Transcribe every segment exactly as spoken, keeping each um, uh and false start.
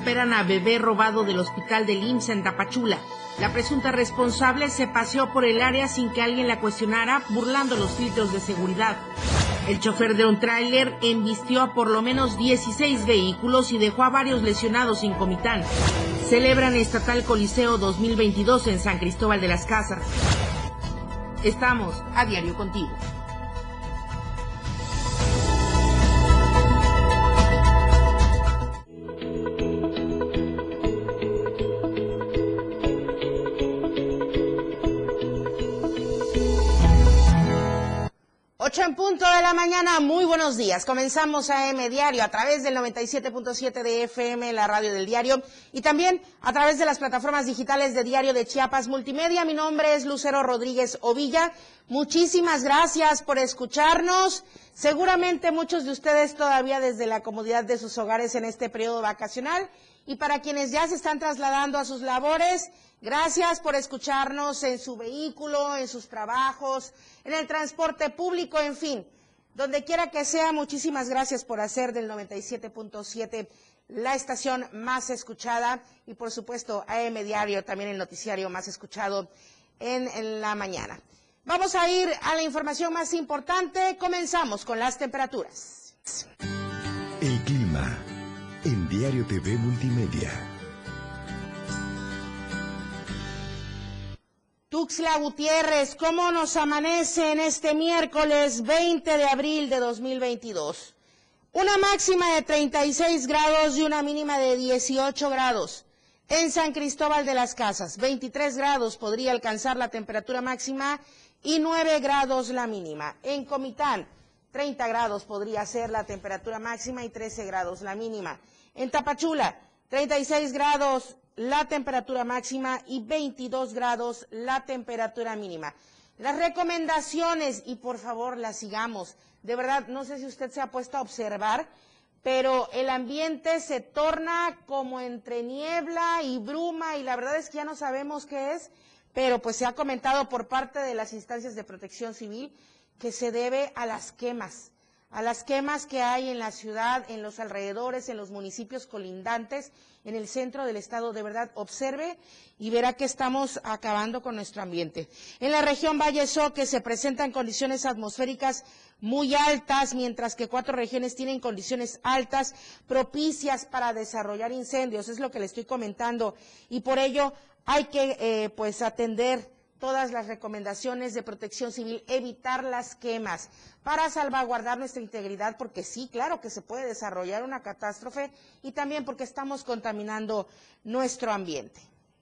recuperan a bebé robado del hospital del I M S S en Tapachula. La presunta responsable se paseó por el área sin que alguien la cuestionara, burlando los filtros de seguridad. El chofer de un tráiler embistió a por lo menos dieciséis vehículos y dejó a varios lesionados en Comitán. Celebran Estatal Coliseo dos mil veintidós en San Cristóbal de las Casas. Estamos a diario contigo. Ocho en punto de la mañana, muy buenos días. Comenzamos A M Diario a través del noventa y siete punto siete de F M, la radio del diario, y también a través de las plataformas digitales de Diario de Chiapas Multimedia. Mi nombre es Lucero Rodríguez Ovilla. Muchísimas gracias por escucharnos. Seguramente muchos de ustedes todavía desde la comodidad de sus hogares en este periodo vacacional, y para quienes ya se están trasladando a sus labores, gracias por escucharnos en su vehículo, en sus trabajos, en el transporte público, en fin, donde quiera que sea. Muchísimas gracias por hacer del noventa y siete punto siete la estación más escuchada y, por supuesto, A M Diario, también el noticiario más escuchado en, en la mañana. Vamos a ir a la información más importante. Comenzamos con las temperaturas. El clima en Diario T V Multimedia. Tuxtla Gutiérrez, ¿cómo nos amanece en este miércoles veinte de abril de dos mil veintidós? Una máxima de treinta y seis grados y una mínima de dieciocho grados. En San Cristóbal de las Casas, veintitrés grados podría alcanzar la temperatura máxima y nueve grados la mínima. En Comitán, treinta grados podría ser la temperatura máxima y trece grados la mínima. En Tapachula, treinta y seis grados la temperatura máxima y veintidós grados la temperatura mínima. Las recomendaciones, y por favor las sigamos, de verdad, no sé si usted se ha puesto a observar, pero el ambiente se torna como entre niebla y bruma, y la verdad es que ya no sabemos qué es, pero pues se ha comentado por parte de las instancias de protección civil que se debe a las quemas, a las quemas que hay en la ciudad, en los alrededores, en los municipios colindantes, en el centro del estado. De verdad, observe y verá que estamos acabando con nuestro ambiente. En la región Valle Soque se presentan condiciones atmosféricas muy altas, mientras que cuatro regiones tienen condiciones altas propicias para desarrollar incendios, es lo que le estoy comentando, y por ello hay que eh, pues atender todas las recomendaciones de protección civil, evitar las quemas para salvaguardar nuestra integridad, porque sí, claro que se puede desarrollar una catástrofe, y también porque estamos contaminando nuestro ambiente.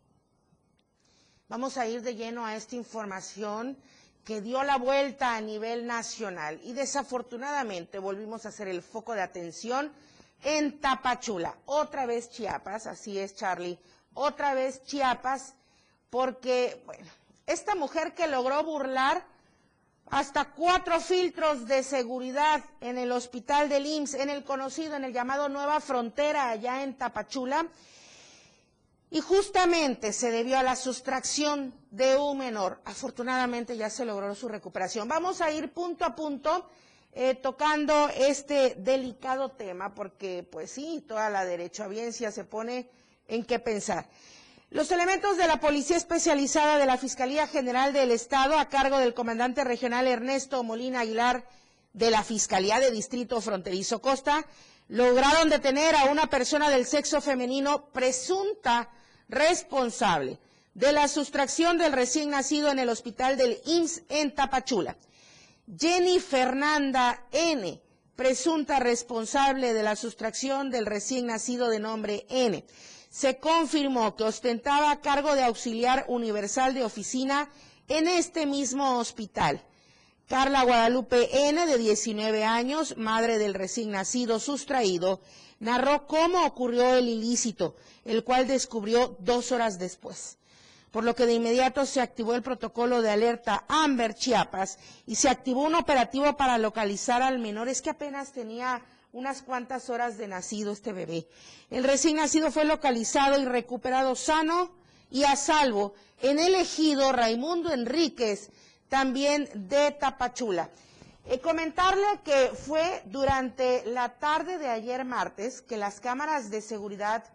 Vamos a ir de lleno a esta información que dio la vuelta a nivel nacional y desafortunadamente volvimos a ser el foco de atención en Tapachula. Otra vez Chiapas, así es, Charlie, otra vez Chiapas, porque, bueno, esta mujer que logró burlar hasta cuatro filtros de seguridad en el hospital del I M S S, en el conocido, en el llamado Nueva Frontera, allá en Tapachula, y justamente se debió a la sustracción de un menor. Afortunadamente ya se logró su recuperación. Vamos a ir punto a punto eh, tocando este delicado tema, porque pues sí, toda la derechohabiencia se pone en qué pensar. Los elementos de la Policía Especializada de la Fiscalía General del Estado, a cargo del comandante regional Ernesto Molina Aguilar de la Fiscalía de Distrito Fronterizo Costa, lograron detener a una persona del sexo femenino presunta responsable de la sustracción del recién nacido en el hospital del I M S S en Tapachula. Jenny Fernanda N., presunta responsable de la sustracción del recién nacido de nombre N. Se confirmó que ostentaba a cargo de auxiliar universal de oficina en este mismo hospital. Carla Guadalupe N., de diecinueve años, madre del recién nacido sustraído, narró cómo ocurrió el ilícito, el cual descubrió dos horas después. Por lo que de inmediato se activó el protocolo de alerta Amber Chiapas y se activó un operativo para localizar al menor. Es que apenas tenía unas cuantas horas de nacido este bebé. El recién nacido fue localizado y recuperado sano y a salvo en el ejido Raimundo Enríquez, también de Tapachula. Eh, comentarle que fue durante la tarde de ayer martes que las cámaras de seguridad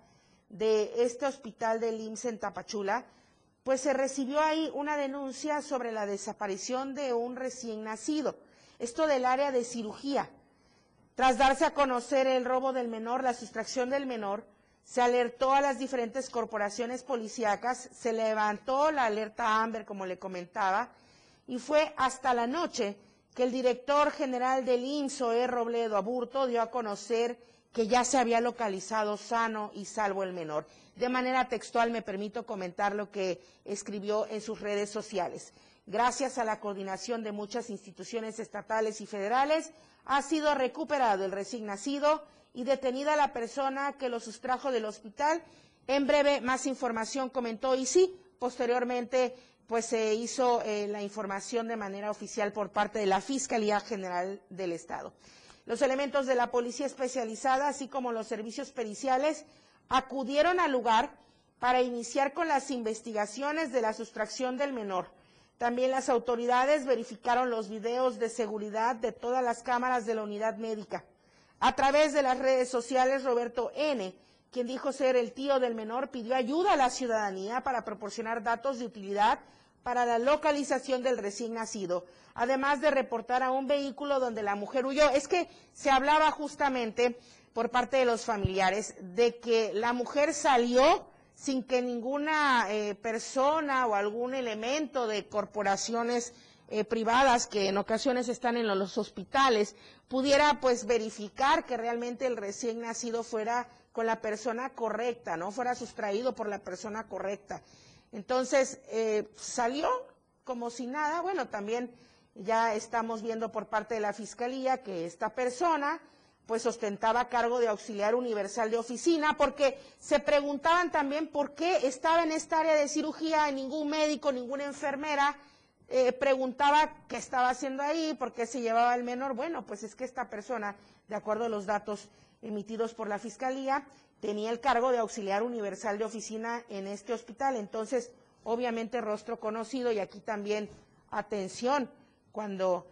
de este hospital del I M S S en Tapachula, pues se recibió ahí una denuncia sobre la desaparición de un recién nacido, esto del área de cirugía. Tras darse a conocer el robo del menor, la sustracción del menor, se alertó a las diferentes corporaciones policíacas, se levantó la alerta Amber, como le comentaba, y fue hasta la noche que el director general del I M S S, Zoé Robledo Aburto, dio a conocer que ya se había localizado sano y salvo el menor. De manera textual me permito comentar lo que escribió en sus redes sociales. Gracias a la coordinación de muchas instituciones estatales y federales, ha sido recuperado el recién nacido y detenida la persona que lo sustrajo del hospital. En breve, más información, comentó, y sí, posteriormente pues se hizo eh, la información de manera oficial por parte de la Fiscalía General del Estado. Los elementos de la Policía Especializada, así como los servicios periciales, acudieron al lugar para iniciar con las investigaciones de la sustracción del menor. También las autoridades verificaron los videos de seguridad de todas las cámaras de la unidad médica. A través de las redes sociales, Roberto N., quien dijo ser el tío del menor, pidió ayuda a la ciudadanía para proporcionar datos de utilidad para la localización del recién nacido, además de reportar a un vehículo donde la mujer huyó. Es que se hablaba justamente por parte de los familiares de que la mujer salió sin que ninguna eh, persona o algún elemento de corporaciones eh, privadas que en ocasiones están en los hospitales pudiera pues verificar que realmente el recién nacido fuera con la persona correcta, no fuera sustraído por la persona correcta. Entonces eh, salió como si nada. Bueno, también ya estamos viendo por parte de la Fiscalía que esta persona pues ostentaba cargo de auxiliar universal de oficina, porque se preguntaban también por qué estaba en esta área de cirugía y ningún médico, ninguna enfermera eh, preguntaba qué estaba haciendo ahí, por qué se llevaba el menor. Bueno, pues es que esta persona, de acuerdo a los datos emitidos por la Fiscalía, tenía el cargo de auxiliar universal de oficina en este hospital. Entonces, obviamente rostro conocido, y aquí también atención cuando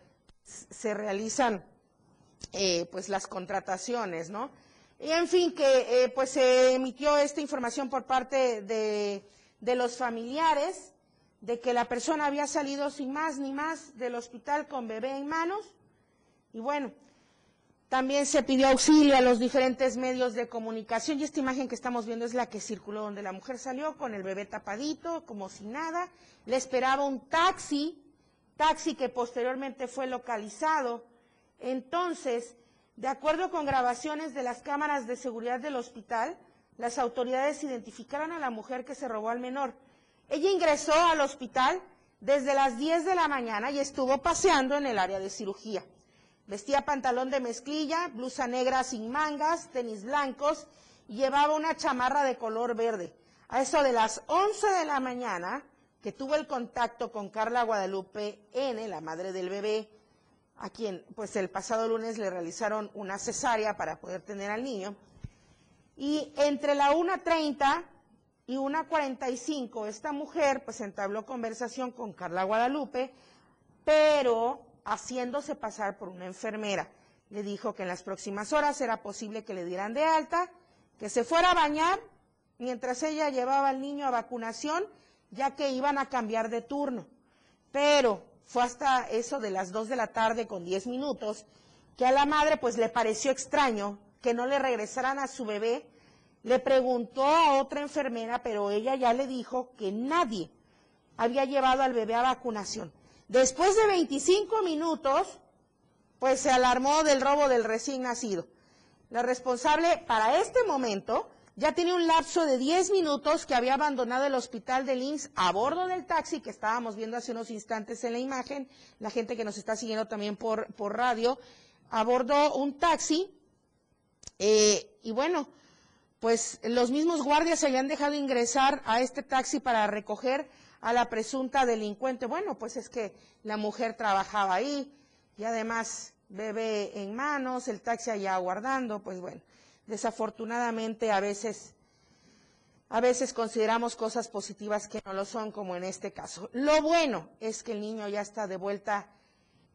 se realizan Eh, pues las contrataciones, ¿no? Y en fin, que eh, pues se emitió esta información por parte de, de los familiares, de que la persona había salido sin más ni más del hospital con bebé en manos. Y bueno, también se pidió auxilio a los diferentes medios de comunicación, y esta imagen que estamos viendo es la que circuló, donde la mujer salió con el bebé tapadito, como si nada. Le esperaba un taxi, taxi que posteriormente fue localizado. Entonces, de acuerdo con grabaciones de las cámaras de seguridad del hospital, las autoridades identificaron a la mujer que se robó al menor. Ella ingresó al hospital desde las diez de la mañana y estuvo paseando en el área de cirugía. Vestía pantalón de mezclilla, blusa negra sin mangas, tenis blancos y llevaba una chamarra de color verde. A eso de las once de la mañana, que tuvo el contacto con Carla Guadalupe N., la madre del bebé, a quien pues el pasado lunes le realizaron una cesárea para poder tener al niño, y entre la una treinta y una cuarenta y cinco esta mujer pues entabló conversación con Carla Guadalupe, pero haciéndose pasar por una enfermera. Le dijo que en las próximas horas era posible que le dieran de alta, que se fuera a bañar mientras ella llevaba al niño a vacunación, ya que iban a cambiar de turno. Pero fue hasta eso de las dos de la tarde con diez minutos que a la madre pues le pareció extraño que no le regresaran a su bebé. Le preguntó a otra enfermera, pero ella ya le dijo que nadie había llevado al bebé a vacunación. Después de veinticinco minutos, pues se alarmó del robo del recién nacido. La responsable para este momento ya tenía un lapso de diez minutos que había abandonado el hospital del I M S S a bordo del taxi que estábamos viendo hace unos instantes en la imagen, la gente que nos está siguiendo también por, por radio, abordó un taxi, eh, y bueno, pues los mismos guardias se habían dejado ingresar a este taxi para recoger a la presunta delincuente. Bueno, pues es que la mujer trabajaba ahí y además bebé en manos, el taxi allá aguardando, pues bueno. Desafortunadamente a veces, a veces consideramos cosas positivas que no lo son, como en este caso. Lo bueno es que el niño ya está de vuelta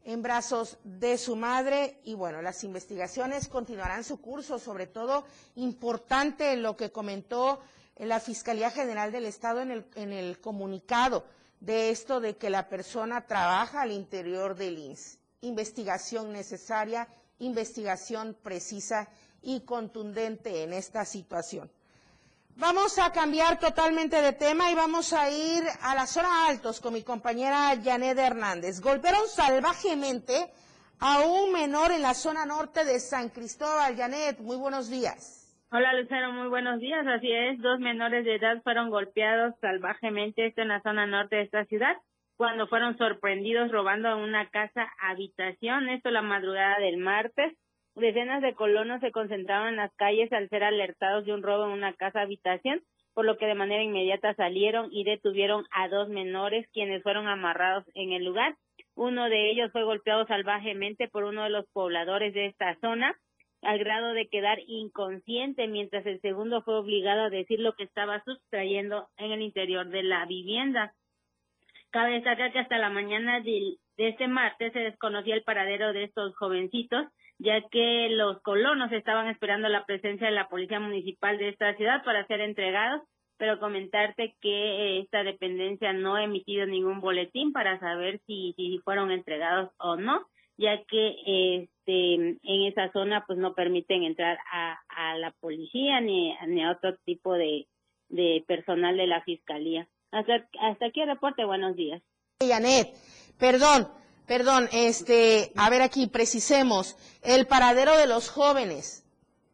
en brazos de su madre y bueno, las investigaciones continuarán su curso, sobre todo importante lo que comentó la Fiscalía General del Estado en el, en el comunicado de esto de que la persona trabaja al interior del I M S S. Investigación necesaria, investigación precisa y contundente en esta situación. Vamos a cambiar totalmente de tema y vamos a ir a la zona Altos con mi compañera Yanet Hernández. Golpearon salvajemente a un menor en la zona norte de San Cristóbal. Yanet, muy buenos días. Hola Lucero, muy buenos días. Así es, dos menores de edad fueron golpeados salvajemente, esto en la zona norte de esta ciudad, cuando fueron sorprendidos robando en una casa habitación, esto la madrugada del martes. Decenas de colonos se concentraron en las calles al ser alertados de un robo en una casa habitación, por lo que de manera inmediata salieron y detuvieron a dos menores, quienes fueron amarrados en el lugar. Uno de ellos fue golpeado salvajemente por uno de los pobladores de esta zona, al grado de quedar inconsciente, mientras el segundo fue obligado a decir lo que estaba sustrayendo en el interior de la vivienda. Cabe destacar que hasta la mañana de, de este martes se desconocía el paradero de estos jovencitos, ya que los colonos estaban esperando la presencia de la policía municipal de esta ciudad para ser entregados, pero comentarte que esta dependencia no ha emitido ningún boletín para saber si, si fueron entregados o no, ya que este en esa zona pues no permiten entrar a, a la policía ni, ni a otro tipo de, de personal de la fiscalía. Hasta, hasta aquí el reporte, buenos días. Yanet, perdón. Perdón, este, a ver aquí, precisemos, el paradero de los jóvenes.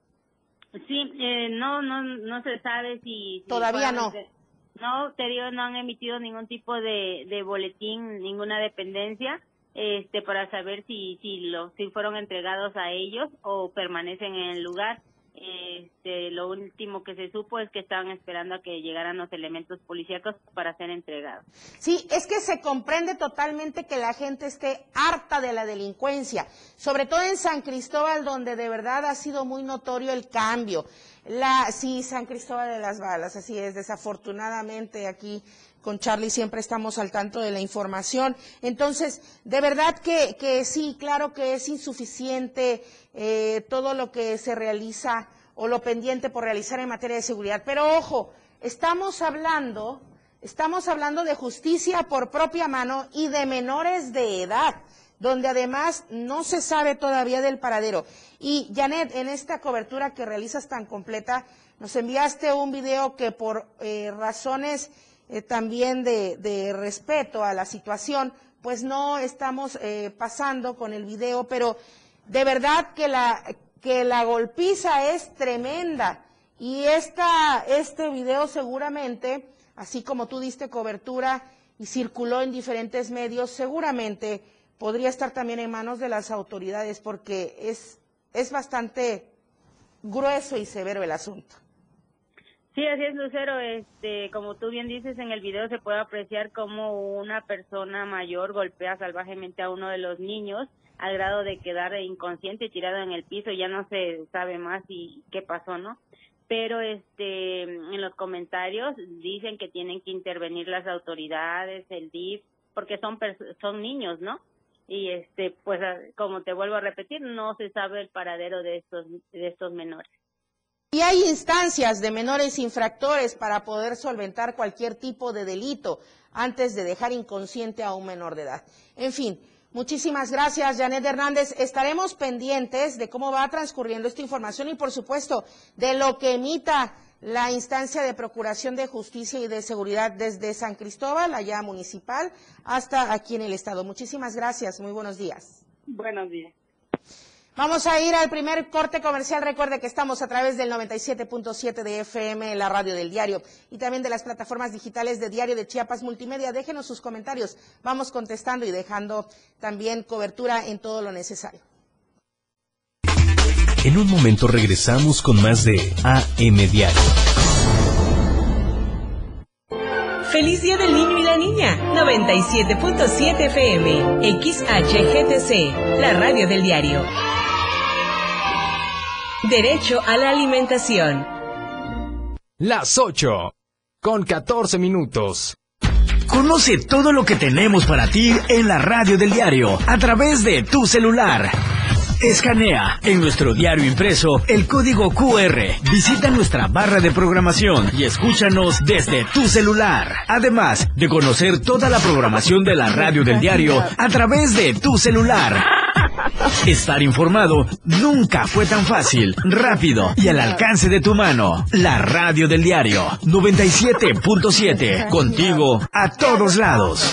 Sí, eh, no, no, no se sabe si... si Todavía no. De, no, te digo, no han emitido ningún tipo de, de boletín, ninguna dependencia, este, para saber si, si los, si fueron entregados a ellos o permanecen en el lugar. Este, lo último que se supo es que estaban esperando a que llegaran los elementos policíacos para ser entregados. Sí, es que se comprende totalmente que la gente esté harta de la delincuencia, sobre todo en San Cristóbal, donde de verdad ha sido muy notorio el cambio. La, sí, San Cristóbal de las Balas, así es, desafortunadamente aquí con Charlie siempre estamos al tanto de la información. Entonces, de verdad que, que sí, claro que es insuficiente eh, todo lo que se realiza o lo pendiente por realizar en materia de seguridad. Pero ojo, estamos hablando, estamos hablando de justicia por propia mano y de menores de edad, donde además no se sabe todavía del paradero. Y Yanet, en esta cobertura que realizas tan completa, nos enviaste un video que por eh, razones eh, también de, de respeto a la situación, pues no estamos eh, pasando con el video, pero de verdad que la, que la golpiza es tremenda. Y esta, este video seguramente, así como tú diste cobertura y circuló en diferentes medios, seguramente podría estar también en manos de las autoridades, porque es, es bastante grueso y severo el asunto. Sí, así es, Lucero. Este, como tú bien dices, en el video se puede apreciar cómo una persona mayor golpea salvajemente a uno de los niños, al grado de quedar inconsciente y tirado en el piso. Ya no se sabe más y qué pasó, ¿no? Pero este, en los comentarios dicen que tienen que intervenir las autoridades, el D I F, porque son son niños, ¿no? Y este, pues como te vuelvo a repetir, no se sabe el paradero de estos de estos menores. Y hay instancias de menores infractores para poder solventar cualquier tipo de delito antes de dejar inconsciente a un menor de edad. En fin, muchísimas gracias, Yanet Hernández. Estaremos pendientes de cómo va transcurriendo esta información y, por supuesto, de lo que emita la instancia de Procuración de Justicia y de Seguridad desde San Cristóbal, allá municipal, hasta aquí en el estado. Muchísimas gracias. Muy buenos días. Buenos días. Vamos a ir al primer corte comercial. Recuerde que estamos a través del noventa y siete punto siete de F M, la radio del diario, y también de las plataformas digitales de Diario de Chiapas Multimedia. Déjenos sus comentarios. Vamos contestando y dejando también cobertura en todo lo necesario. En un momento regresamos con más de A M Diario. Feliz Día del Niño y la Niña. noventa y siete punto siete F M, X H G T C, la radio del diario. Derecho a la alimentación. Las ocho, con catorce minutos. Conoce todo lo que tenemos para ti en la radio del diario a través de tu celular. Escanea en nuestro diario impreso el código Q R, visita nuestra barra de programación y escúchanos desde tu celular. Además de conocer toda la programación de la radio del diario a través de tu celular. Estar informado nunca fue tan fácil, rápido y al alcance de tu mano. La radio del diario noventa y siete punto siete, contigo a todos lados.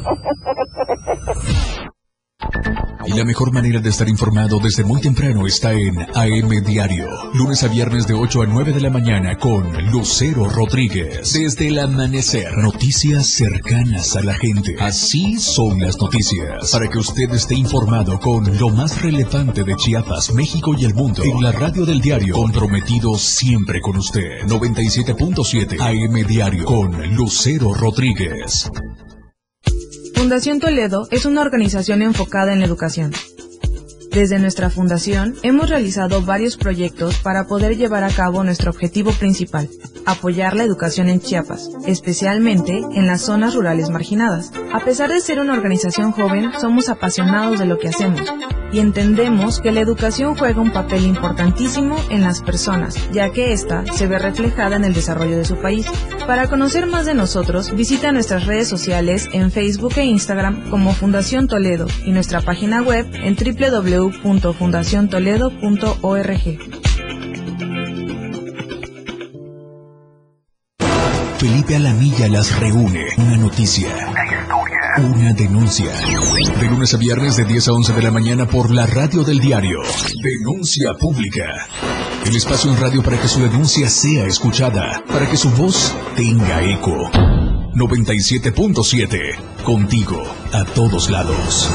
Y la mejor manera de estar informado desde muy temprano está en A M Diario. Lunes a viernes de ocho a nueve de la mañana con Lucero Rodríguez. Desde el amanecer. Noticias cercanas a la gente. Así son las noticias. Para que usted esté informado con lo más relevante de Chiapas, México y el mundo. En la radio del diario. Comprometidos siempre con usted. noventa y siete punto siete A M Diario con Lucero Rodríguez. Fundación Toledo es una organización enfocada en la educación. Desde nuestra fundación hemos realizado varios proyectos para poder llevar a cabo nuestro objetivo principal, apoyar la educación en Chiapas, especialmente en las zonas rurales marginadas. A pesar de ser una organización joven, somos apasionados de lo que hacemos y entendemos que la educación juega un papel importantísimo en las personas, ya que ésta se ve reflejada en el desarrollo de su país. Para conocer más de nosotros, visita nuestras redes sociales en Facebook e Instagram como Fundación Toledo y nuestra página web en doble u doble u doble u punto fundación toledo punto org. Felipe Alamilla las reúne. Una noticia. Una denuncia. De lunes a viernes de diez a once de la mañana por la radio del diario. Denuncia pública. El espacio en radio para que su denuncia sea escuchada. Para que su voz tenga eco. noventa y siete punto siete. Contigo a todos lados.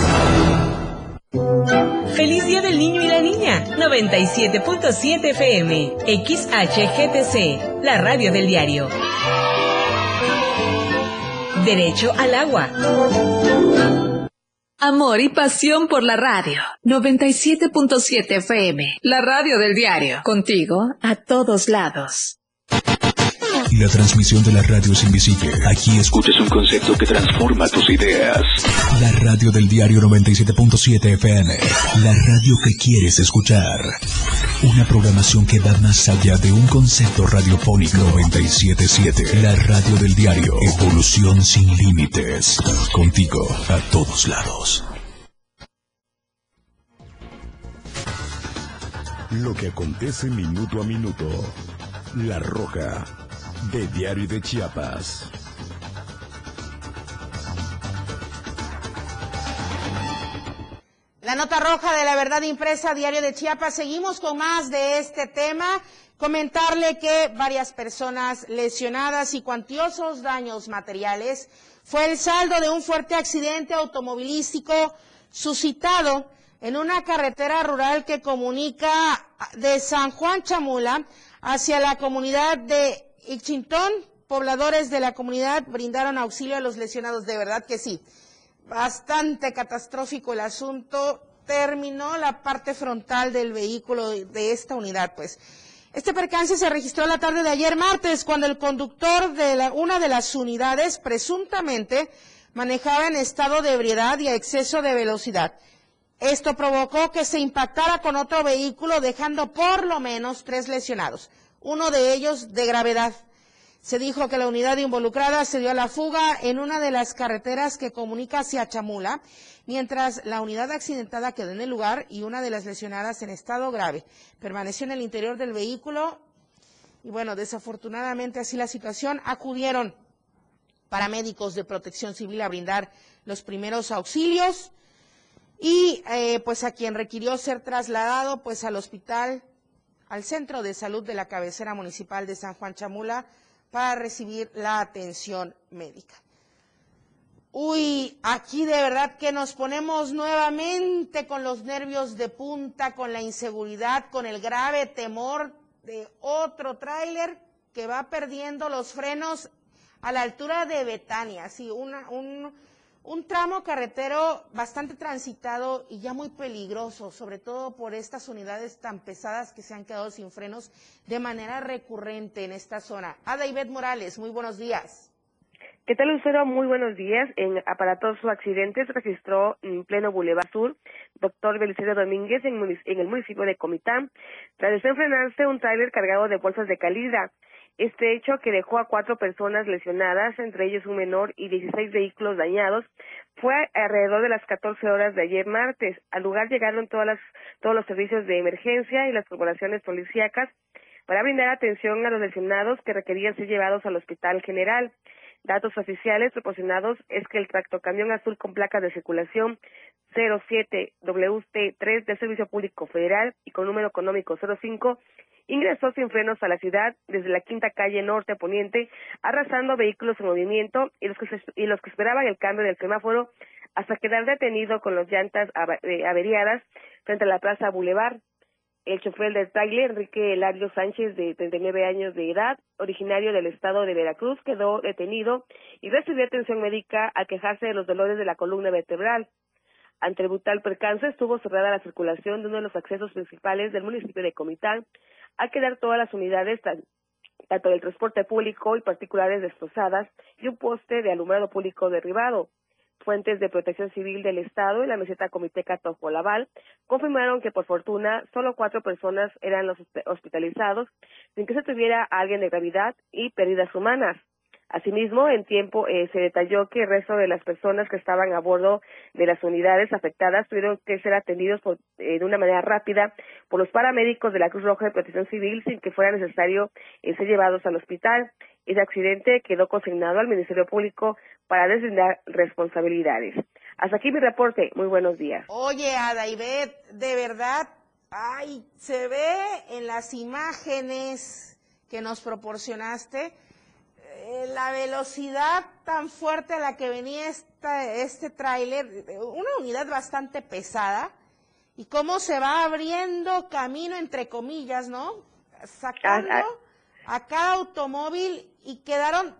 ¡Feliz Día del Niño y la Niña! noventa y siete punto siete F M. X H G T C. La radio del diario. Derecho al agua. Amor y pasión por la radio. noventa y siete punto siete F M. La radio del diario. Contigo a todos lados. La transmisión de la radio es invisible. Aquí escuchas un concepto que transforma tus ideas. La radio del diario noventa y siete punto siete F M. La radio que quieres escuchar. Una programación que va más allá de un concepto radiofónico. noventa y siete punto siete. La radio del diario. Evolución sin límites. Contigo a todos lados. Lo que acontece minuto a minuto. La Roja, de Diario de Chiapas. La nota roja de La Verdad Impresa, Diario de Chiapas. Seguimos con más de este tema. Comentarle que varias personas lesionadas y cuantiosos daños materiales fue el saldo de un fuerte accidente automovilístico suscitado en una carretera rural que comunica de San Juan Chamula hacia la comunidad de Ixchintón. Pobladores de la comunidad brindaron auxilio a los lesionados. De verdad que sí, bastante catastrófico el asunto. Terminó la parte frontal del vehículo de esta unidad, pues. Este percance se registró la tarde de ayer martes, cuando el conductor de la, una de las unidades presuntamente manejaba en estado de ebriedad y a exceso de velocidad. Esto provocó que se impactara con otro vehículo, dejando por lo menos tres lesionados, uno de ellos de gravedad. Se dijo que la unidad involucrada se dio a la fuga en una de las carreteras que comunica hacia Chamula, mientras la unidad accidentada quedó en el lugar y una de las lesionadas en estado grave permaneció en el interior del vehículo. Y bueno, desafortunadamente así la situación. Acudieron paramédicos de Protección Civil a brindar los primeros auxilios y eh, pues a quien requirió ser trasladado pues al hospital, al centro de salud de la cabecera municipal de San Juan Chamula, para recibir la atención médica. Uy, aquí de verdad que nos ponemos nuevamente con los nervios de punta, con la inseguridad, con el grave temor de otro tráiler que va perdiendo los frenos a la altura de Betania. Sí, una, un, un tramo carretero bastante transitado y ya muy peligroso, sobre todo por estas unidades tan pesadas que se han quedado sin frenos de manera recurrente en esta zona. Ada Ivette Morales, muy buenos días. ¿Qué tal, Lucero? Muy buenos días. En aparatoso accidente se registró en pleno Boulevard Sur, doctor Belisario Domínguez, en, en el municipio de Comitán, tras desenfrenarse un tráiler cargado de bolsas de calidra. Este hecho, que dejó a cuatro personas lesionadas, entre ellos un menor, y dieciséis vehículos dañados, fue alrededor de las catorce horas de ayer martes. Al lugar llegaron todas las, todos los servicios de emergencia y las corporaciones policíacas para brindar atención a los lesionados que requerían ser llevados al Hospital General. Datos oficiales proporcionados es que el tractocamión azul con placas de circulación cero siete W T tres del Servicio Público Federal y con número económico cero cinco ingresó sin frenos a la ciudad desde la quinta calle norte a poniente, arrasando vehículos en movimiento y los que se, y los que esperaban el cambio del semáforo hasta quedar detenido con las llantas averiadas frente a la Plaza Boulevard. El chofer del tráiler, Enrique Eladio Sánchez, de treinta y nueve años de edad, originario del estado de Veracruz, quedó detenido y recibió atención médica al quejarse de los dolores de la columna vertebral. Ante el brutal percance, estuvo cerrada la circulación de uno de los accesos principales del municipio de Comitán, al quedar todas las unidades, tanto del transporte público y particulares, destrozadas y un poste de alumbrado público derribado. Fuentes de Protección Civil del Estado y la meseta Comiteca Tojolabal confirmaron que, por fortuna, solo cuatro personas eran los hospitalizados, sin que se tuviera a alguien de gravedad y pérdidas humanas. Asimismo, en tiempo eh, se detalló que el resto de las personas que estaban a bordo de las unidades afectadas tuvieron que ser atendidos por, eh, de una manera rápida por los paramédicos de la Cruz Roja de Protección Civil sin que fuera necesario eh, ser llevados al hospital. Ese accidente quedó consignado al Ministerio Público para deslindar responsabilidades. Hasta aquí mi reporte. Muy buenos días. Oye, Adaibet, de verdad, ay, se ve en las imágenes que nos proporcionaste eh, la velocidad tan fuerte a la que venía esta, este tráiler, una unidad bastante pesada, y cómo se va abriendo camino, entre comillas, ¿no? Sacando ah, ah. a cada automóvil, y quedaron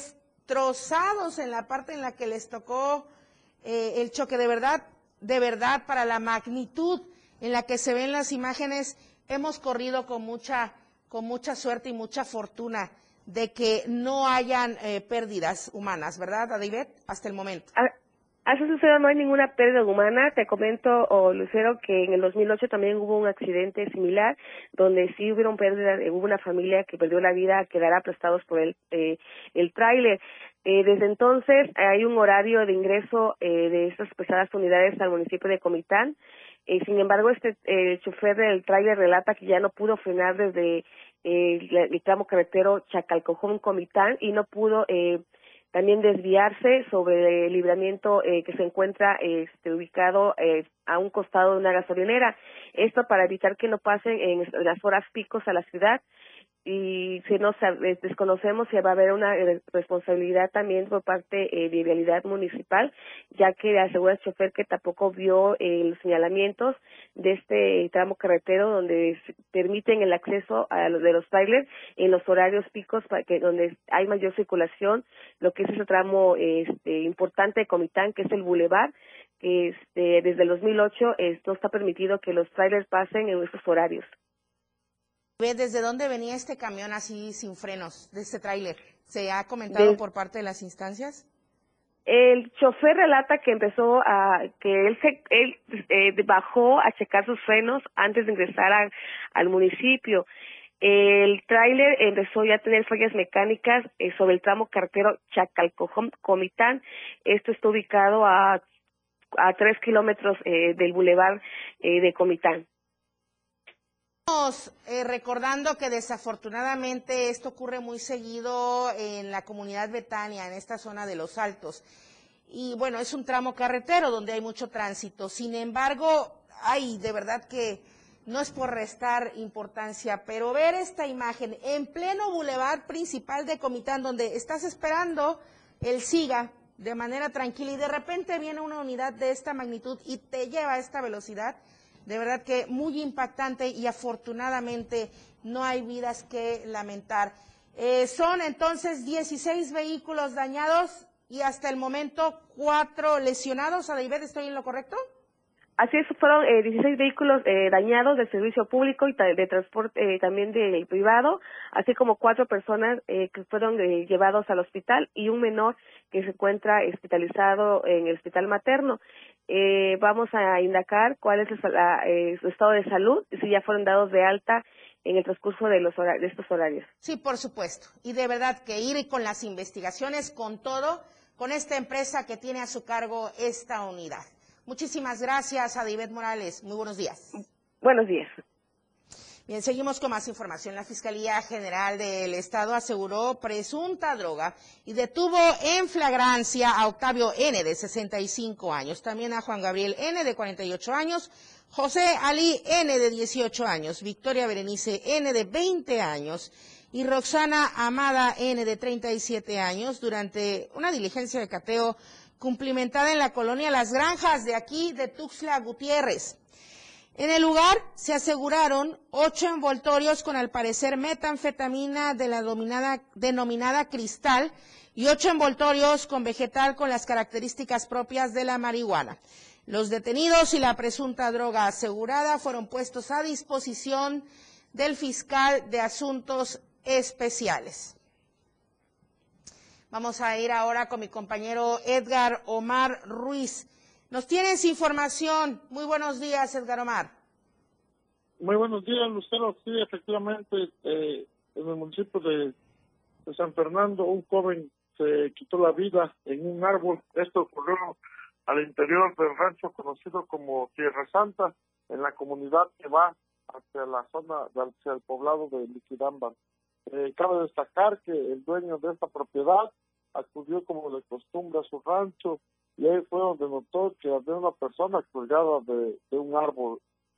destrozados en la parte en la que les tocó eh, el choque. De verdad, de verdad, para la magnitud en la que se ven las imágenes, hemos corrido con mucha, con mucha suerte y mucha fortuna de que no hayan eh, pérdidas humanas, ¿verdad, Adaibet? Hasta el momento. Ah. Así sucedió, no hay ninguna pérdida humana. Te comento, oh, Lucero, que en el dos mil ocho también hubo un accidente similar, donde sí hubieron pérdidas, hubo una familia que perdió la vida, quedará prestados por el, eh, el tráiler. Eh, desde entonces hay un horario de ingreso eh, de estas pesadas unidades al municipio de Comitán. Eh, sin embargo, este eh, el chofer del tráiler relata que ya no pudo frenar desde eh, el, el tramo carretero Chacalcojón-Comitán y no pudo eh, también desviarse sobre el libramiento eh, que se encuentra este, ubicado eh, a un costado de una gasolinera. Esto para evitar que no pasen en las horas picos a la ciudad, y si no desconocemos si va a haber una responsabilidad también por parte eh, de Vialidad Municipal, ya que asegura el chofer que tampoco vio eh, los señalamientos de este tramo carretero donde permiten el acceso a los de los trailers en los horarios picos, para que donde hay mayor circulación, lo que es ese tramo este, importante de Comitán, que es el Boulevard, que este, desde el dos mil ocho eh, no está permitido que los trailers pasen en esos horarios. ¿Desde dónde venía este camión así sin frenos, de este tráiler? ¿Se ha comentado de, por parte de las instancias? El chofer relata que empezó a, que él se, él eh, bajó a checar sus frenos antes de ingresar a, al municipio. El tráiler empezó ya a tener fallas mecánicas eh, sobre el tramo carretero Chacalcojón-Comitán. Esto está ubicado a, a tres kilómetros eh, del bulevar eh, de Comitán. Eh, recordando que desafortunadamente esto ocurre muy seguido en la comunidad Betania, en esta zona de Los Altos, y bueno, es un tramo carretero donde hay mucho tránsito. Sin embargo, ay, de verdad que no es por restar importancia, pero ver esta imagen en pleno bulevar principal de Comitán, donde estás esperando el SIGA de manera tranquila y de repente viene una unidad de esta magnitud y te lleva a esta velocidad. De verdad que muy impactante, y afortunadamente no hay vidas que lamentar. Eh, son entonces dieciséis vehículos dañados y hasta el momento cuatro lesionados. Adaibet, ¿estoy en lo correcto? Así es, fueron eh, dieciséis vehículos eh, dañados de servicio público y de transporte eh, también de privado, así como cuatro personas eh, que fueron eh, llevados al hospital y un menor que se encuentra hospitalizado en el hospital materno. Eh, vamos a indagar cuál es el, la, eh, su estado de salud y si ya fueron dados de alta en el transcurso de los hora, de estos horarios. Sí, por supuesto. Y de verdad que ir con las investigaciones, con todo, con esta empresa que tiene a su cargo esta unidad. Muchísimas gracias a David Morales. Muy buenos días. Buenos días. Bien, seguimos con más información. La Fiscalía General del Estado aseguró presunta droga y detuvo en flagrancia a Octavio N., de sesenta y cinco años, también a Juan Gabriel N., de cuarenta y ocho años, José Ali N., de dieciocho años, Victoria Berenice N., de veinte años, y Roxana Amada N., de treinta y siete años, durante una diligencia de cateo cumplimentada en la colonia Las Granjas, de aquí, de Tuxtla Gutiérrez. En el lugar se aseguraron ocho envoltorios con, al parecer, metanfetamina de la dominada, denominada cristal y ocho envoltorios con vegetal con las características propias de la marihuana. Los detenidos y la presunta droga asegurada fueron puestos a disposición del fiscal de Asuntos Especiales. Vamos a ir ahora con mi compañero Edgar Omar Ruiz. Nos tienes información. Muy buenos días, Edgar Omar. Muy buenos días, Lucero. Sí, efectivamente, eh, en el municipio de, de San Fernando, un joven se quitó la vida en un árbol. Esto ocurrió al interior del rancho conocido como Tierra Santa, en la comunidad que va hacia la zona, hacia el poblado de Liquidambar. Eh, cabe destacar que el dueño de esta propiedad acudió como de costumbre a su rancho y ahí fue donde notó que había una persona colgada de, de un árbol.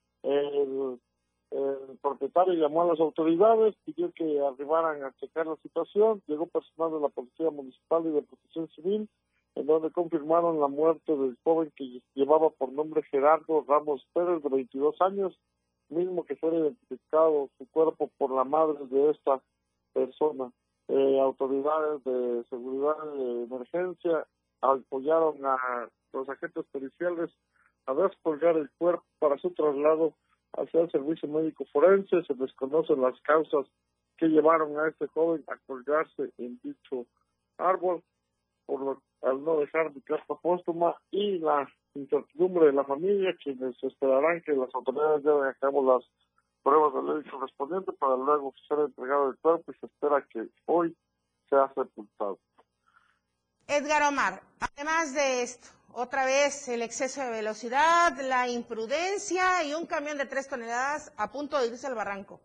El, el propietario llamó a las autoridades, pidió que arribaran a checar la situación, llegó personal de la Policía Municipal y de Protección Civil, en donde confirmaron la muerte del joven que llevaba por nombre Gerardo Ramos Pérez, de veintidós años, mismo que fue identificado su cuerpo por la madre de esta persona. Eh, autoridades de seguridad de emergencia apoyaron a los agentes policiales a descolgar el cuerpo para su traslado hacia el servicio médico forense. Se desconocen las causas que llevaron a este joven a colgarse en dicho árbol, por lo al no dejar de carta póstuma y la incertidumbre de la familia, quienes esperarán que las autoridades lleven a cabo las pruebas de ley correspondientes para luego ser entregado el cuerpo y se espera que hoy sea sepultado. Edgar Omar, además de esto, otra vez el exceso de velocidad, la imprudencia y un camión de tres toneladas a punto de irse al barranco.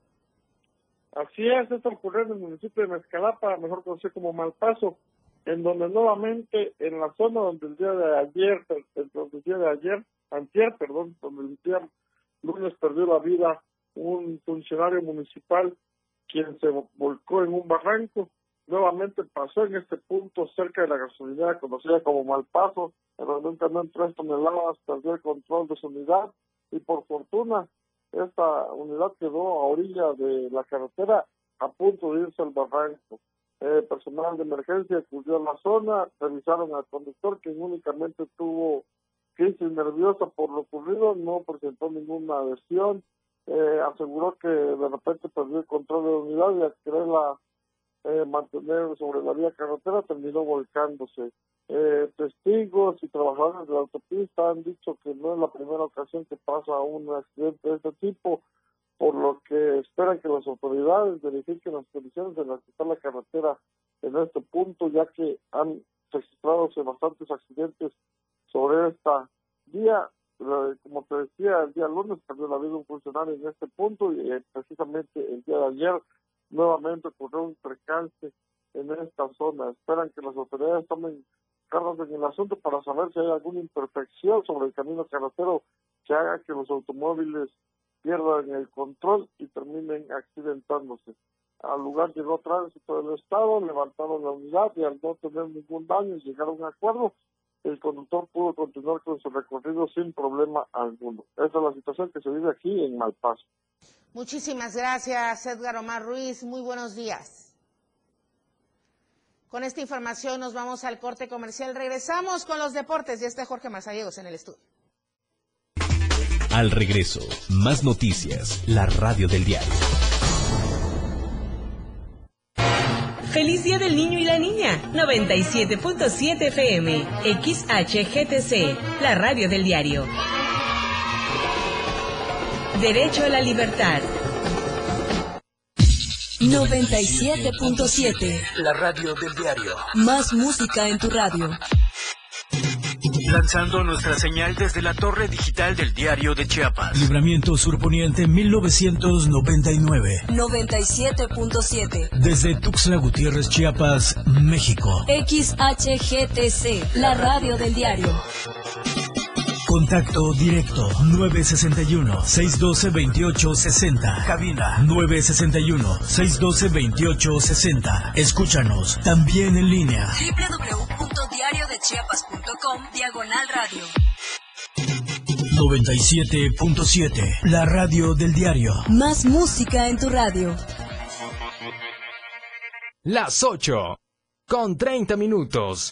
Así es, esto ocurrió en el municipio de Mezcalapa, mejor conocido como Malpaso, en donde nuevamente en la zona donde el día de ayer, donde el día de ayer, antier, perdón, donde el día lunes perdió la vida un funcionario municipal quien se volcó en un barranco. Nuevamente pasó en este punto cerca de la gasolinera conocida como Malpaso, en donde un camión de tres toneladas perdió el control de su unidad y por fortuna esta unidad quedó a orilla de la carretera a punto de irse al barranco. Eh, personal de emergencia acudió a la zona, revisaron al conductor, quien únicamente tuvo crisis nerviosa por lo ocurrido, no presentó ninguna lesión. Eh, aseguró que de repente perdió el control de la unidad y al quererla eh, mantener sobre la vía carretera terminó volcándose. Eh, testigos y trabajadores de la autopista han dicho que no es la primera ocasión que pasa un accidente de este tipo, por lo que esperan que las autoridades verifiquen las condiciones en las que está la carretera en este punto, ya que han registrado bastantes accidentes sobre esta vía. Como te decía, el día lunes perdió la vida un funcionario en este punto y eh, precisamente el día de ayer nuevamente ocurrió un percance en esta zona. Esperan que las autoridades tomen cartas en el asunto para saber si hay alguna imperfección sobre el camino carretero que haga que los automóviles pierdan el control y terminen accidentándose. Al lugar llegó tránsito del estado, levantaron la unidad y al no tener ningún daño y llegar a un acuerdo, el conductor pudo continuar con su recorrido sin problema alguno. Esa es la situación que se vive aquí en Malpaso. Muchísimas gracias, Edgar Omar Ruiz. Muy buenos días. Con esta información nos vamos al corte comercial. Regresamos con los deportes y este Jorge Mazariegos en el estudio. Al regreso, más noticias, la radio del diario. Feliz Día del Niño y la Niña, noventa y siete punto siete F M, X H G T C, la radio del diario. Derecho a la libertad. noventa y siete punto siete, la radio del diario. Más música en tu radio. Lanzando nuestra señal desde la torre digital del Diario de Chiapas. Libramiento Surponiente mil novecientos noventa y nueve. noventa y siete punto siete. Desde Tuxtla Gutiérrez, Chiapas, México. X H G T C, la radio del diario. Contacto directo nueve sesenta y uno, seiscientos doce, veintiocho sesenta. Cabina nueve sesenta y uno, seiscientos doce, veintiocho sesenta. Escúchanos también en línea. doble u doble u doble u punto diario de chiapas punto com diagonal radio. noventa y siete punto siete, la radio del diario. Más música en tu radio. Las ocho, con treinta minutos.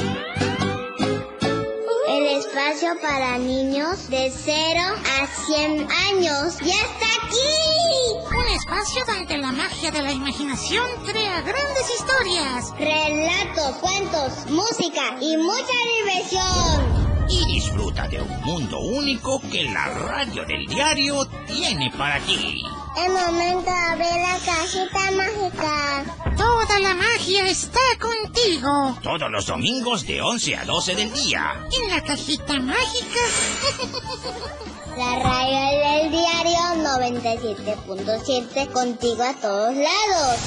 El espacio para niños de cero a cien años ya está aquí. Un espacio donde la magia de la imaginación crea grandes historias. Relatos, cuentos, música y mucha diversión. Y disfruta de un mundo único que la radio del diario tiene para ti. Es momento de abrir la cajita mágica. Toda la magia está contigo. Todos los domingos de once a doce del día. En la cajita mágica. La radio del diario noventa y siete punto siete, contigo a todos lados.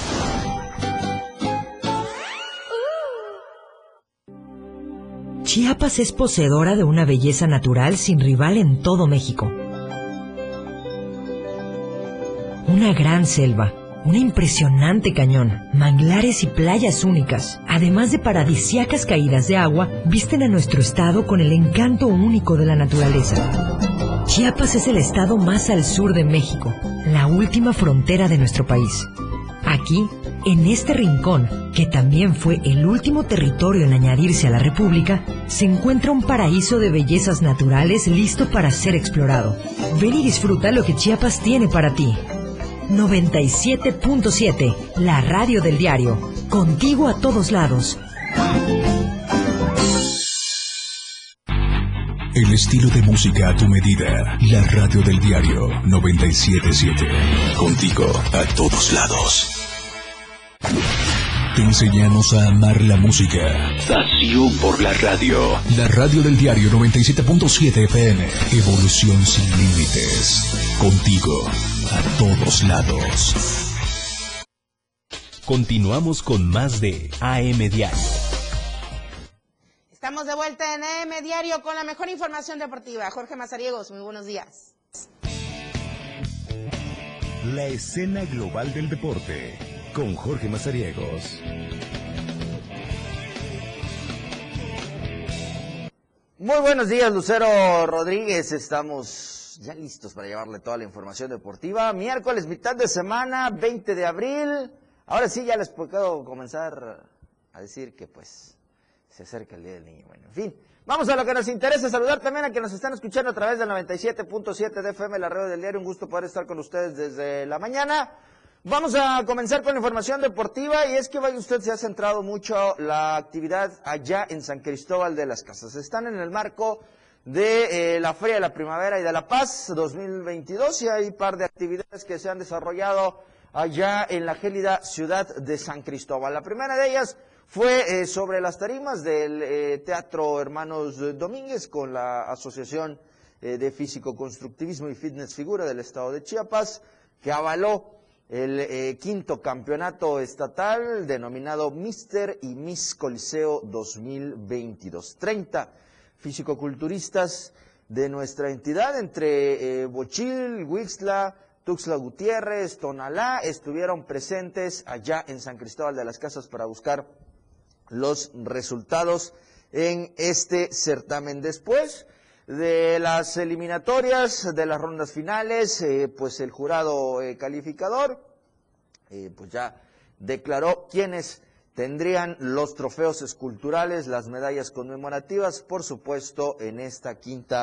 Chiapas es poseedora de una belleza natural sin rival en todo México. Una gran selva, un impresionante cañón, manglares y playas únicas, además de paradisíacas caídas de agua, visten a nuestro estado con el encanto único de la naturaleza. Chiapas es el estado más al sur de México, la última frontera de nuestro país. Aquí, en este rincón, que también fue el último territorio en añadirse a la República, se encuentra un paraíso de bellezas naturales listo para ser explorado. Ven y disfruta lo que Chiapas tiene para ti. noventa y siete punto siete, la radio del diario, contigo a todos lados. El estilo de música a tu medida. La radio del diario noventa y siete punto siete. Contigo a todos lados. Te enseñamos a amar la música. Pasión por la radio. La radio del diario noventa y siete punto siete F M. Evolución sin límites. Contigo a todos lados. Continuamos con más de A M Diario. Estamos de vuelta en A M Diario con la mejor información deportiva. Jorge Mazariegos, muy buenos días. La escena global del deporte con Jorge Mazariegos. Muy buenos días, Lucero Rodríguez. Estamos ya listos para llevarle toda la información deportiva. Miércoles, mitad de semana, veinte de abril. Ahora sí ya les puedo comenzar a decir que pues se acerca el Día del Niño. Bueno, en fin, vamos a lo que nos interesa. Saludar también a quienes nos están escuchando a través del noventa y siete punto siete de F M, la radio del diario. Un gusto poder estar con ustedes desde la mañana. Vamos a comenzar con la información deportiva, y es que vaya usted, se ha centrado mucho la actividad allá en San Cristóbal de las Casas. Están en el marco de eh, la Feria de la Primavera y de la Paz dos mil veintidós, y hay un par de actividades que se han desarrollado allá en la gélida ciudad de San Cristóbal. La primera de ellas fue eh, sobre las tarimas del eh, Teatro Hermanos Domínguez con la Asociación eh, de Físico-Constructivismo y Fitness Figura del Estado de Chiapas, que avaló el eh, quinto campeonato estatal denominado Mister y Miss Coliseo dos mil veintidós. treinta fisicoculturistas de nuestra entidad, entre eh, Bochil, Huixtla, Tuxtla Gutiérrez, Tonalá, estuvieron presentes allá en San Cristóbal de las Casas para buscar los resultados en este certamen. Después de las eliminatorias, de las rondas finales, eh, pues el jurado eh, calificador eh, pues ya declaró quiénes tendrían los trofeos esculturales, las medallas conmemorativas, por supuesto, en esta quinta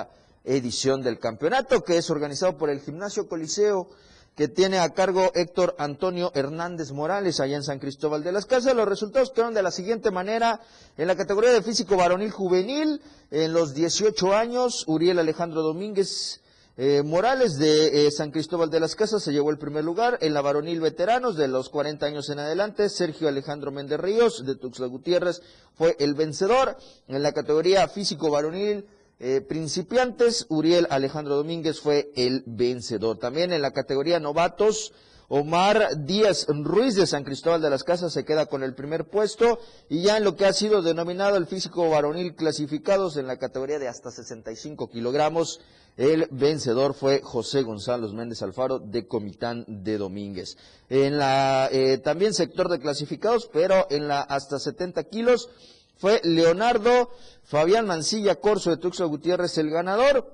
edición del campeonato, que es organizado por el Gimnasio Coliseo, que tiene a cargo Héctor Antonio Hernández Morales, allá en San Cristóbal de las Casas. Los resultados quedaron de la siguiente manera: en la categoría de físico varonil juvenil, en los dieciocho años, Uriel Alejandro Domínguez eh, Morales de eh, San Cristóbal de las Casas se llevó el primer lugar. En la varonil veteranos, de los cuarenta años en adelante, Sergio Alejandro Méndez Ríos de Tuxtla Gutiérrez fue el vencedor. En la categoría físico varonil Eh, principiantes, Uriel Alejandro Domínguez fue el vencedor. También en la categoría novatos, Omar Díaz Ruiz de San Cristóbal de las Casas se queda con el primer puesto, y ya en lo que ha sido denominado el físico varonil clasificados en la categoría de hasta sesenta y cinco kilogramos, el vencedor fue José González Méndez Alfaro de Comitán de Domínguez. En la eh, también sector de clasificados, pero en la hasta setenta kilos, fue Leonardo Fabián Mancilla Corso de Tuxtla Gutiérrez el ganador,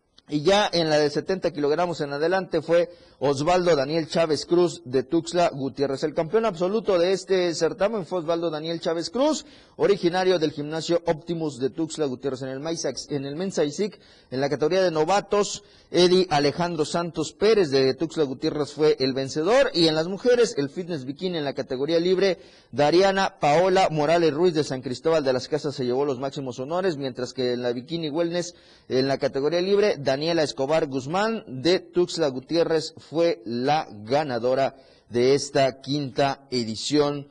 y ya en la de setenta kilogramos en adelante fue Osvaldo Daniel Chávez Cruz de Tuxtla Gutiérrez. El campeón absoluto de este certamen fue Osvaldo Daniel Chávez Cruz, originario del Gimnasio Optimus de Tuxtla Gutiérrez. En el, Maisax, en el Mensa Isic, en la categoría de novatos, Eddie Alejandro Santos Pérez de Tuxtla Gutiérrez fue el vencedor, y en las mujeres, el fitness bikini en la categoría libre, Dariana Paola Morales Ruiz de San Cristóbal de las Casas se llevó los máximos honores, mientras que en la bikini wellness, en la categoría libre, Daniela Escobar Guzmán de Tuxtla Gutiérrez fue la ganadora de esta quinta edición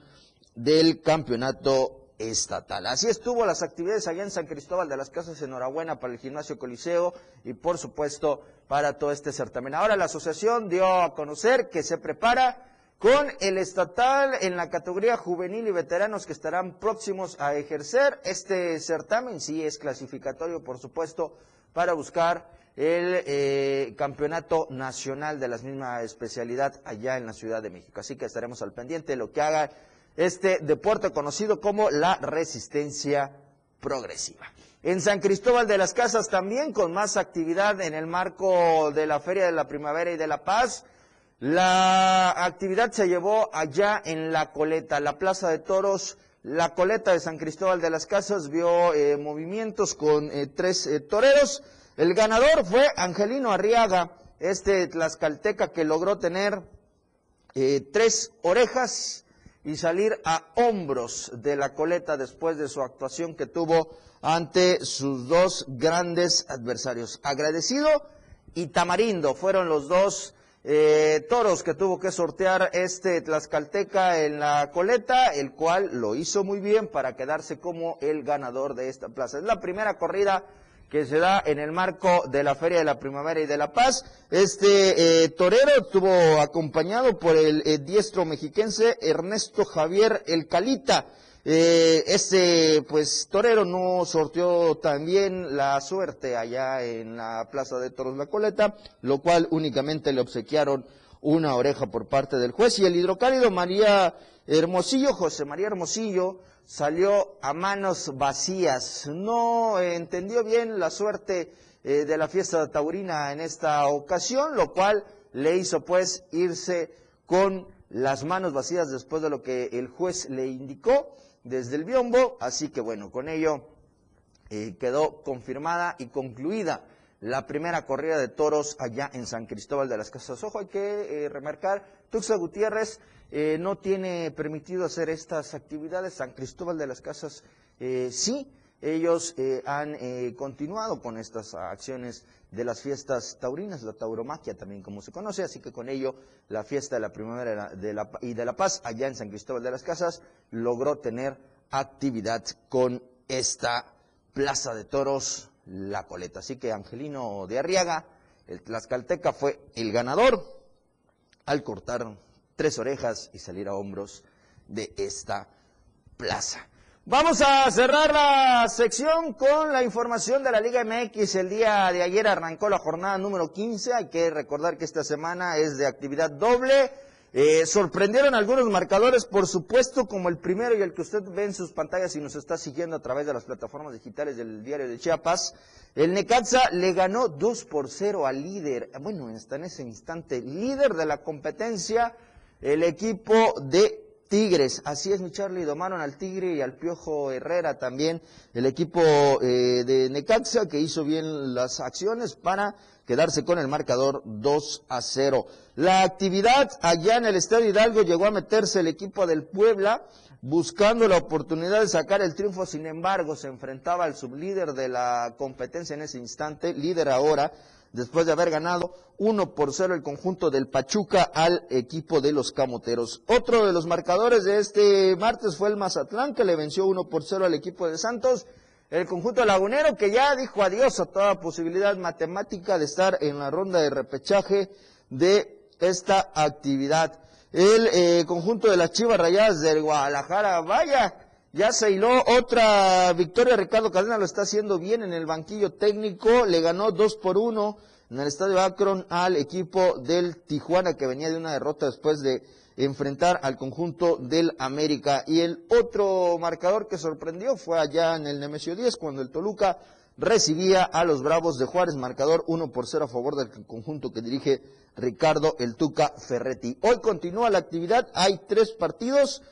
del campeonato estatal. Así estuvo las actividades allá en San Cristóbal de las Casas. Enhorabuena para el Gimnasio Coliseo y por supuesto para todo este certamen. Ahora la asociación dio a conocer que se prepara con el estatal en la categoría juvenil y veteranos, que estarán próximos a ejercer. Este certamen sí es clasificatorio, por supuesto, para buscar el eh, campeonato nacional de la misma especialidad allá en la Ciudad de México. Así que estaremos al pendiente de lo que haga este deporte conocido como la resistencia progresiva. En San Cristóbal de las Casas también, con más actividad en el marco de la Feria de la Primavera y de la Paz. La actividad se llevó allá en La Coleta, la Plaza de Toros. La Coleta de San Cristóbal de las Casas vio eh, movimientos con eh, tres eh, toreros. El ganador fue Angelino Arriaga, este tlaxcalteca que logró tener eh, tres orejas y salir a hombros de La Coleta después de su actuación que tuvo ante sus dos grandes adversarios. Agradecido y Tamarindo fueron los dos eh, toros que tuvo que sortear este tlaxcalteca en La Coleta, el cual lo hizo muy bien para quedarse como el ganador de esta plaza. Es la primera corrida que se da en el marco de la Feria de la Primavera y de la Paz. Este eh, torero estuvo acompañado por el eh, diestro mexiquense Ernesto Javier El Calita. Eh, este pues torero no sorteó también la suerte allá en la Plaza de Toros La Coleta, lo cual únicamente le obsequiaron una oreja por parte del juez. Y el hidrocálido María Hermosillo, José María Hermosillo, salió a manos vacías. No eh, entendió bien la suerte eh, de la fiesta taurina en esta ocasión, lo cual le hizo pues irse con las manos vacías después de lo que el juez le indicó desde el biombo. Así que bueno, con ello eh, quedó confirmada y concluida la primera corrida de toros allá en San Cristóbal de las Casas. Ojo, hay que eh, remarcar, Tuxtla Gutiérrez eh, no tiene permitido hacer estas actividades. San Cristóbal de las Casas eh, sí, ellos eh, han eh, continuado con estas acciones de las fiestas taurinas, la tauromaquia también como se conoce. Así que con ello la fiesta de la Primavera de la, y de la Paz allá en San Cristóbal de las Casas logró tener actividad con esta Plaza de Toros La Coleta. Así que Angelino de Arriaga, el tlaxcalteca, fue el ganador al cortar tres orejas y salir a hombros de esta plaza. Vamos a cerrar la sección con la información de la Liga M X. El día de ayer arrancó la jornada número quince. Hay que recordar que esta semana es de actividad doble. Eh, sorprendieron algunos marcadores, por supuesto, como el primero y el que usted ve en sus pantallas y nos está siguiendo a través de las plataformas digitales del Diario de Chiapas. El Necaxa le ganó dos por cero al líder, bueno, está en ese instante líder de la competencia, el equipo de Tigres. Así es, mi Charlie, domaron al Tigre y al Piojo Herrera también, el equipo eh, de Necaxa, que hizo bien las acciones para quedarse con el marcador dos a cero. La actividad allá en el Estadio Hidalgo llegó a meterse el equipo del Puebla, buscando la oportunidad de sacar el triunfo. Sin embargo, se enfrentaba al sublíder de la competencia en ese instante, líder ahora, después de haber ganado uno por cero el conjunto del Pachuca al equipo de los Camoteros. Otro de los marcadores de este martes fue el Mazatlán, que le venció uno por cero al equipo de Santos. El conjunto lagunero, que ya dijo adiós a toda posibilidad matemática de estar en la ronda de repechaje de esta actividad. El eh, conjunto de las Chivas Rayadas del Guadalajara, vaya, ya se hiló otra victoria. Ricardo Cadena lo está haciendo bien en el banquillo técnico, le ganó dos por uno en el estadio Akron al equipo del Tijuana, que venía de una derrota después de enfrentar al conjunto del América. Y el otro marcador que sorprendió fue allá en el Nemesio diez, cuando el Toluca recibía a los Bravos de Juárez, marcador uno por cero a favor del conjunto que dirige Ricardo El Tuca Ferretti. Hoy continúa la actividad, hay tres partidos.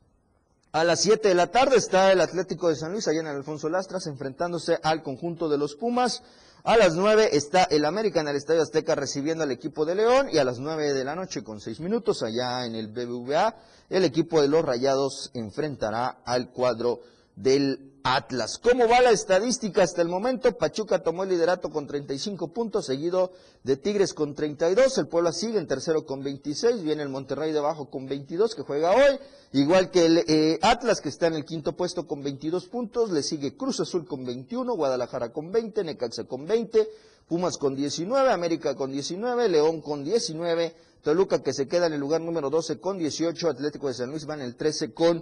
A las siete de la tarde está el Atlético de San Luis, allá en el Alfonso Lastras, enfrentándose al conjunto de los Pumas. A las nueve está el América en el Estadio Azteca recibiendo al equipo de León. Y a las nueve de la noche, con seis minutos, allá en el B B V A, el equipo de los Rayados enfrentará al cuadro del Atlas. ¿Cómo va la estadística hasta el momento? Pachuca tomó el liderato con treinta y cinco puntos, seguido de Tigres con treinta y dos, el Puebla sigue en tercero con veintiséis, viene el Monterrey debajo con veintidós, que juega hoy, igual que el eh, Atlas, que está en el quinto puesto con veintidós puntos, le sigue Cruz Azul con veintiuno, Guadalajara con veinte, Necaxa con veinte, Pumas con diecinueve, América con diecinueve, León con diecinueve, Toluca, que se queda en el lugar número doce con dieciocho, Atlético de San Luis va en el trece con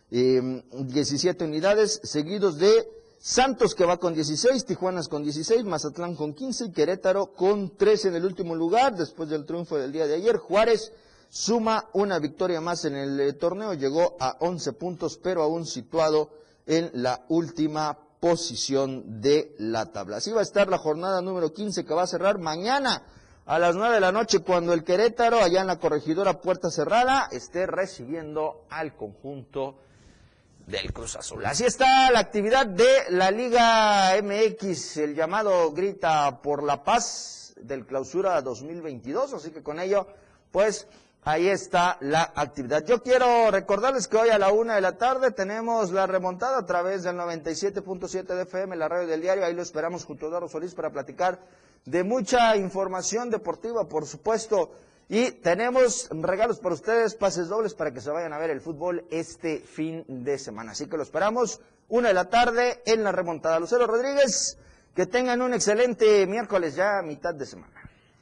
Eh, diecisiete unidades, seguidos de Santos, que va con dieciséis, Tijuanas con dieciséis, Mazatlán con quince y Querétaro con trece en el último lugar. Después del triunfo del día de ayer, Juárez suma una victoria más en el eh, torneo, llegó a once puntos, pero aún situado en la última posición de la tabla. Así va a estar la jornada número quince, que va a cerrar mañana a las nueve de la noche, cuando el Querétaro, allá en la Corregidora Puerta Cerrada, esté recibiendo al conjunto del Cruz Azul. Así está la actividad de la Liga M X, el llamado Grita por la Paz del Clausura dos mil veintidós, así que con ello, pues, ahí está la actividad. Yo quiero recordarles que hoy a la una de la tarde tenemos la remontada a través del noventa y siete punto siete de F M, la radio del diario. Ahí lo esperamos junto a Eduardo Solís para platicar de mucha información deportiva, por supuesto. Y tenemos regalos para ustedes, pases dobles para que se vayan a ver el fútbol este fin de semana. Así que lo esperamos, una de la tarde en la remontada. Lucero Rodríguez, que tengan un excelente miércoles, ya mitad de semana.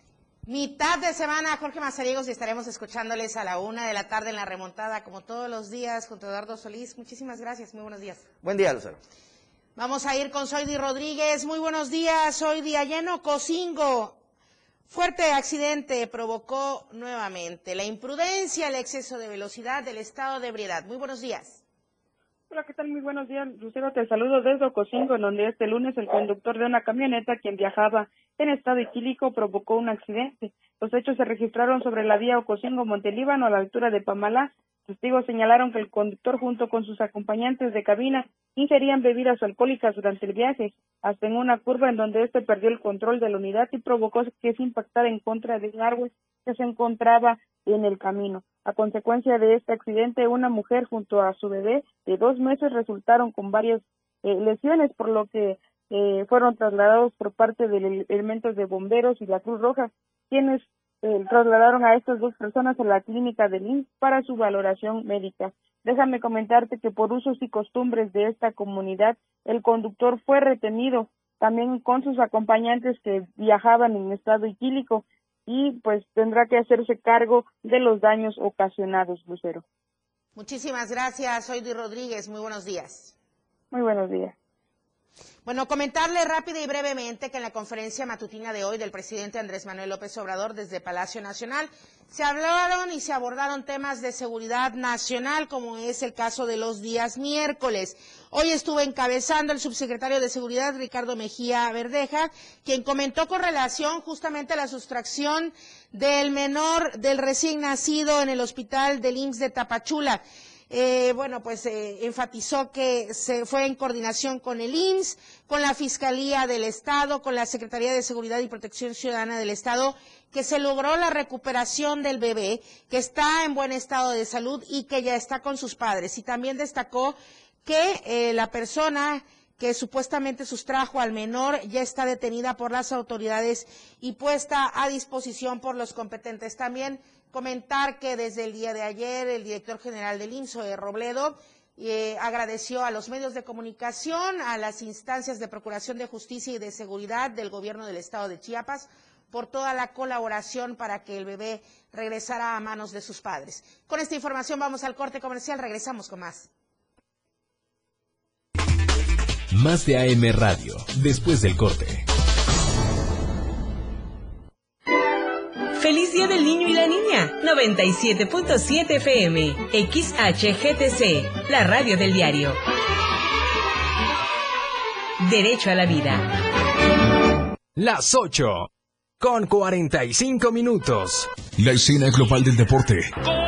Mitad de semana, Jorge Mazariegos, y estaremos escuchándoles a la una de la tarde en la remontada, como todos los días, junto a Eduardo Solís. Muchísimas gracias, muy buenos días. Buen día, Lucero. Vamos a ir con Zoidi Rodríguez. Muy buenos días, Zoidi. Allá en Ocosingo, fuerte accidente provocó nuevamente la imprudencia, el exceso de velocidad, el estado de ebriedad. Muy buenos días. Hola, ¿qué tal? Muy buenos días, Lucero. Te saludo desde Ocosingo, en donde este lunes el conductor de una camioneta, quien viajaba en estado etílico, provocó un accidente. Los hechos se registraron sobre la vía Ocosingo-Montelíbano, a la altura de Pamalá. Testigos señalaron que el conductor, junto con sus acompañantes de cabina, ingerían bebidas alcohólicas durante el viaje, hasta en una curva en donde este perdió el control de la unidad y provocó que se impactara en contra de un árbol que se encontraba en el camino. A consecuencia de este accidente, una mujer junto a su bebé de dos meses resultaron con varias eh, lesiones, por lo que eh, fueron trasladados por parte de elementos de bomberos y la Cruz Roja, quienes eh, trasladaron a estas dos personas a la clínica del I M S S para su valoración médica. Déjame comentarte que por usos y costumbres de esta comunidad, el conductor fue retenido también con sus acompañantes que viajaban en estado etílico y pues tendrá que hacerse cargo de los daños ocasionados, Lucero. Muchísimas gracias, Zoidi Rodríguez. Muy buenos días. Muy buenos días. Bueno, comentarle rápida y brevemente que en la conferencia matutina de hoy del presidente Andrés Manuel López Obrador desde Palacio Nacional se hablaron y se abordaron temas de seguridad nacional, como es el caso de los días miércoles. Hoy estuvo encabezando el subsecretario de Seguridad, Ricardo Mejía Verdeja, quien comentó con relación justamente a la sustracción del menor del recién nacido en el hospital del I M S S de Tapachula. Eh, bueno, pues eh, enfatizó que se fue en coordinación con el I M S S, con la Fiscalía del Estado, con la Secretaría de Seguridad y Protección Ciudadana del Estado, que se logró la recuperación del bebé, que está en buen estado de salud y que ya está con sus padres. Y también destacó que eh, la persona que supuestamente sustrajo al menor ya está detenida por las autoridades y puesta a disposición por los competentes. También comentar que desde el día de ayer el director general del I M S S, Zoe Robledo, eh, agradeció a los medios de comunicación, a las instancias de Procuración de Justicia y de Seguridad del Gobierno del Estado de Chiapas por toda la colaboración para que el bebé regresara a manos de sus padres. Con esta información vamos al corte comercial, regresamos con más. Más de A M Radio, después del corte. Feliz Día del Niño y la Niña, noventa y siete punto siete F M, X H G T C, la radio del diario. Derecho a la vida. Las ocho, con cuarenta y cinco minutos. La escena global del deporte.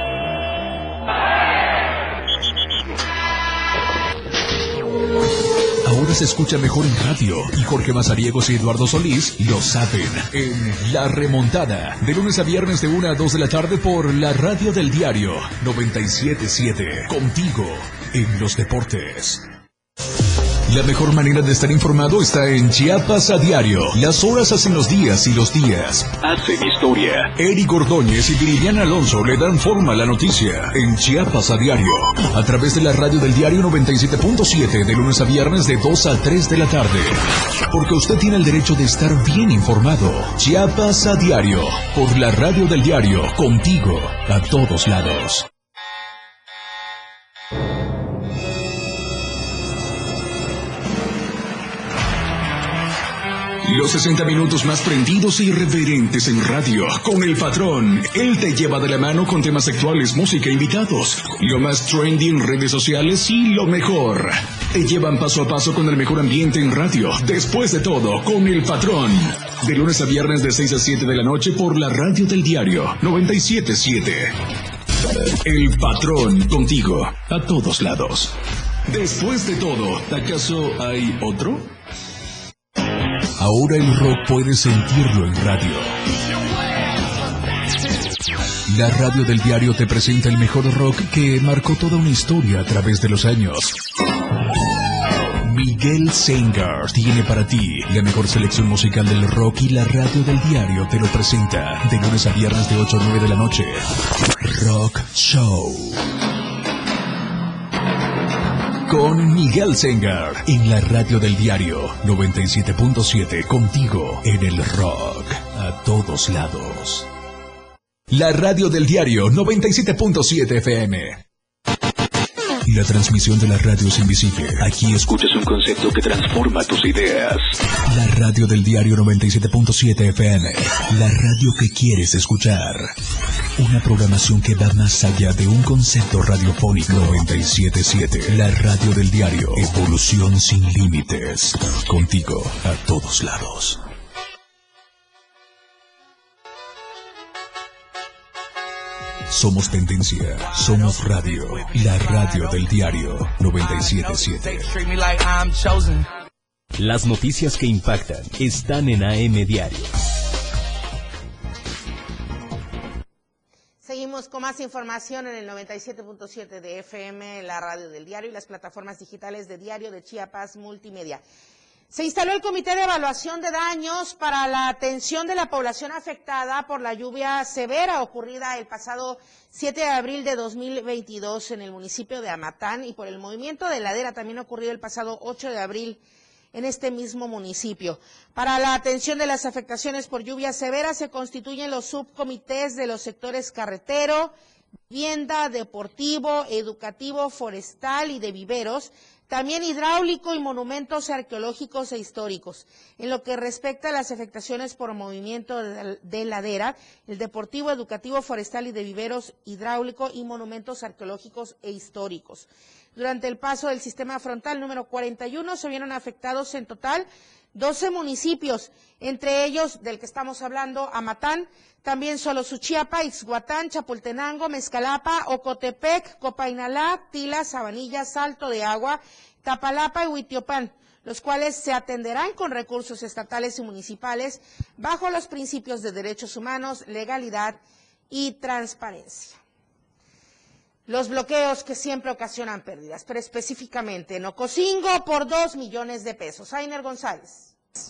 Ahora se escucha mejor en radio y Jorge Mazariegos y Eduardo Solís lo saben en La Remontada, de lunes a viernes de una a dos de la tarde por la radio del diario noventa y siete punto siete, contigo en los deportes. La mejor manera de estar informado está en Chiapas a diario. Las horas hacen los días y los días hacen historia. Eric Ordóñez y Viridiana Alonso le dan forma a la noticia en Chiapas a diario. A través de la radio del diario noventa y siete punto siete de lunes a viernes de dos a tres de la tarde. Porque usted tiene el derecho de estar bien informado. Chiapas a diario. Por la radio del diario. Contigo a todos lados. Los sesenta minutos más prendidos e irreverentes en radio. Con el patrón. Él te lleva de la mano con temas actuales, música, invitados. Lo más trendy en redes sociales y lo mejor. Te llevan paso a paso con el mejor ambiente en radio. Después de todo, con el patrón. De lunes a viernes de seis a siete de la noche por la radio del diario noventa y siete punto siete. El patrón contigo a todos lados. Después de todo, ¿acaso hay otro? Ahora el rock puedes sentirlo en radio. La radio del diario te presenta el mejor rock que marcó toda una historia a través de los años. Miguel Sengar tiene para ti la mejor selección musical del rock y la radio del diario te lo presenta de lunes a viernes de ocho a nueve de la noche. Rock Show. Con Miguel Sengar en la radio del diario noventa y siete punto siete, contigo en el rock a todos lados. La radio del diario noventa y siete punto siete F M. La transmisión de la radio es invisible. Aquí escuchas un concepto que transforma tus ideas. La radio del diario noventa y siete punto siete F M. La radio que quieres escuchar. Una programación que va más allá de un concepto radiofónico. noventa y siete punto siete. La radio del diario. Evolución sin límites. Contigo a todos lados. Somos tendencia, somos radio, la radio del diario noventa y siete punto siete. Las noticias que impactan están en A M Diario. Seguimos con más información en el noventa y siete punto siete de F M, la radio del diario y las plataformas digitales de Diario de Chiapas Multimedia. Se instaló el Comité de Evaluación de Daños para la atención de la población afectada por la lluvia severa ocurrida el pasado siete de abril de dos mil veintidós en el municipio de Amatán y por el movimiento de ladera también ocurrido el pasado ocho de abril en este mismo municipio. Para la atención de las afectaciones por lluvia severa se constituyen los subcomités de los sectores carretero, vivienda, deportivo, educativo, forestal y de viveros, también hidráulico y monumentos arqueológicos e históricos. En lo que respecta a las afectaciones por movimiento de, de ladera, el deportivo, educativo, forestal y de viveros, hidráulico y monumentos arqueológicos e históricos. Durante el paso del sistema frontal número cuarenta y uno se vieron afectados en total doce municipios, entre ellos del que estamos hablando, Amatán, también Solosuchiapa, Ixhuatán, Chapultenango, Mezcalapa, Ocotepec, Copainalá, Tila, Sabanilla, Salto de Agua, Tapalapa y Huitiopán, los cuales se atenderán con recursos estatales y municipales bajo los principios de derechos humanos, legalidad y transparencia. Los bloqueos que siempre ocasionan pérdidas, pero específicamente en Ocosingo por dos millones de pesos. Ainer González.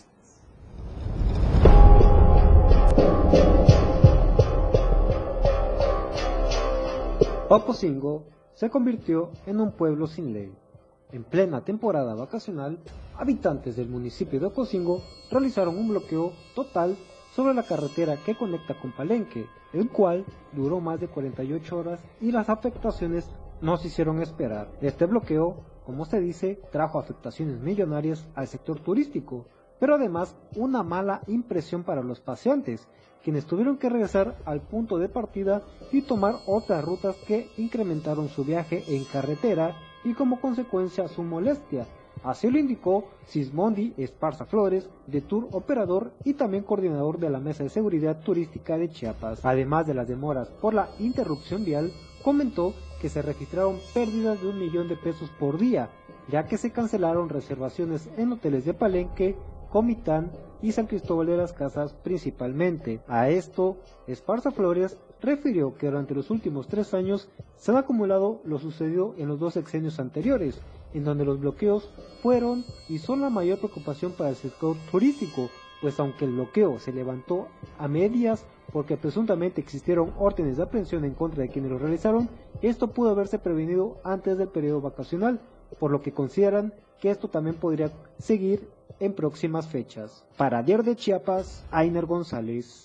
Ocosingo se convirtió en un pueblo sin ley. En plena temporada vacacional, habitantes del municipio de Ocosingo realizaron un bloqueo total sobre la carretera que conecta con Palenque, el cual duró más de cuarenta y ocho horas y las afectaciones no se hicieron esperar. Este bloqueo, como se dice, trajo afectaciones millonarias al sector turístico, pero además una mala impresión para los paseantes, quienes tuvieron que regresar al punto de partida y tomar otras rutas que incrementaron su viaje en carretera y como consecuencia su molestia. Así lo indicó Sismondi Esparza Flores, de Tour Operador y también coordinador de la Mesa de Seguridad Turística de Chiapas. Además de las demoras por la interrupción vial, comentó que se registraron pérdidas de un millón de pesos por día, ya que se cancelaron reservaciones en hoteles de Palenque, Comitán y San Cristóbal de las Casas principalmente. A esto, Esparza Flores refirió que durante los últimos tres años se han acumulado lo sucedido en los dos sexenios anteriores, en donde los bloqueos fueron y son la mayor preocupación para el sector turístico, pues aunque el bloqueo se levantó a medias porque presuntamente existieron órdenes de aprehensión en contra de quienes lo realizaron, esto pudo haberse prevenido antes del periodo vacacional, por lo que consideran que esto también podría seguir en próximas fechas. Para Diario de Chiapas, Ainer González.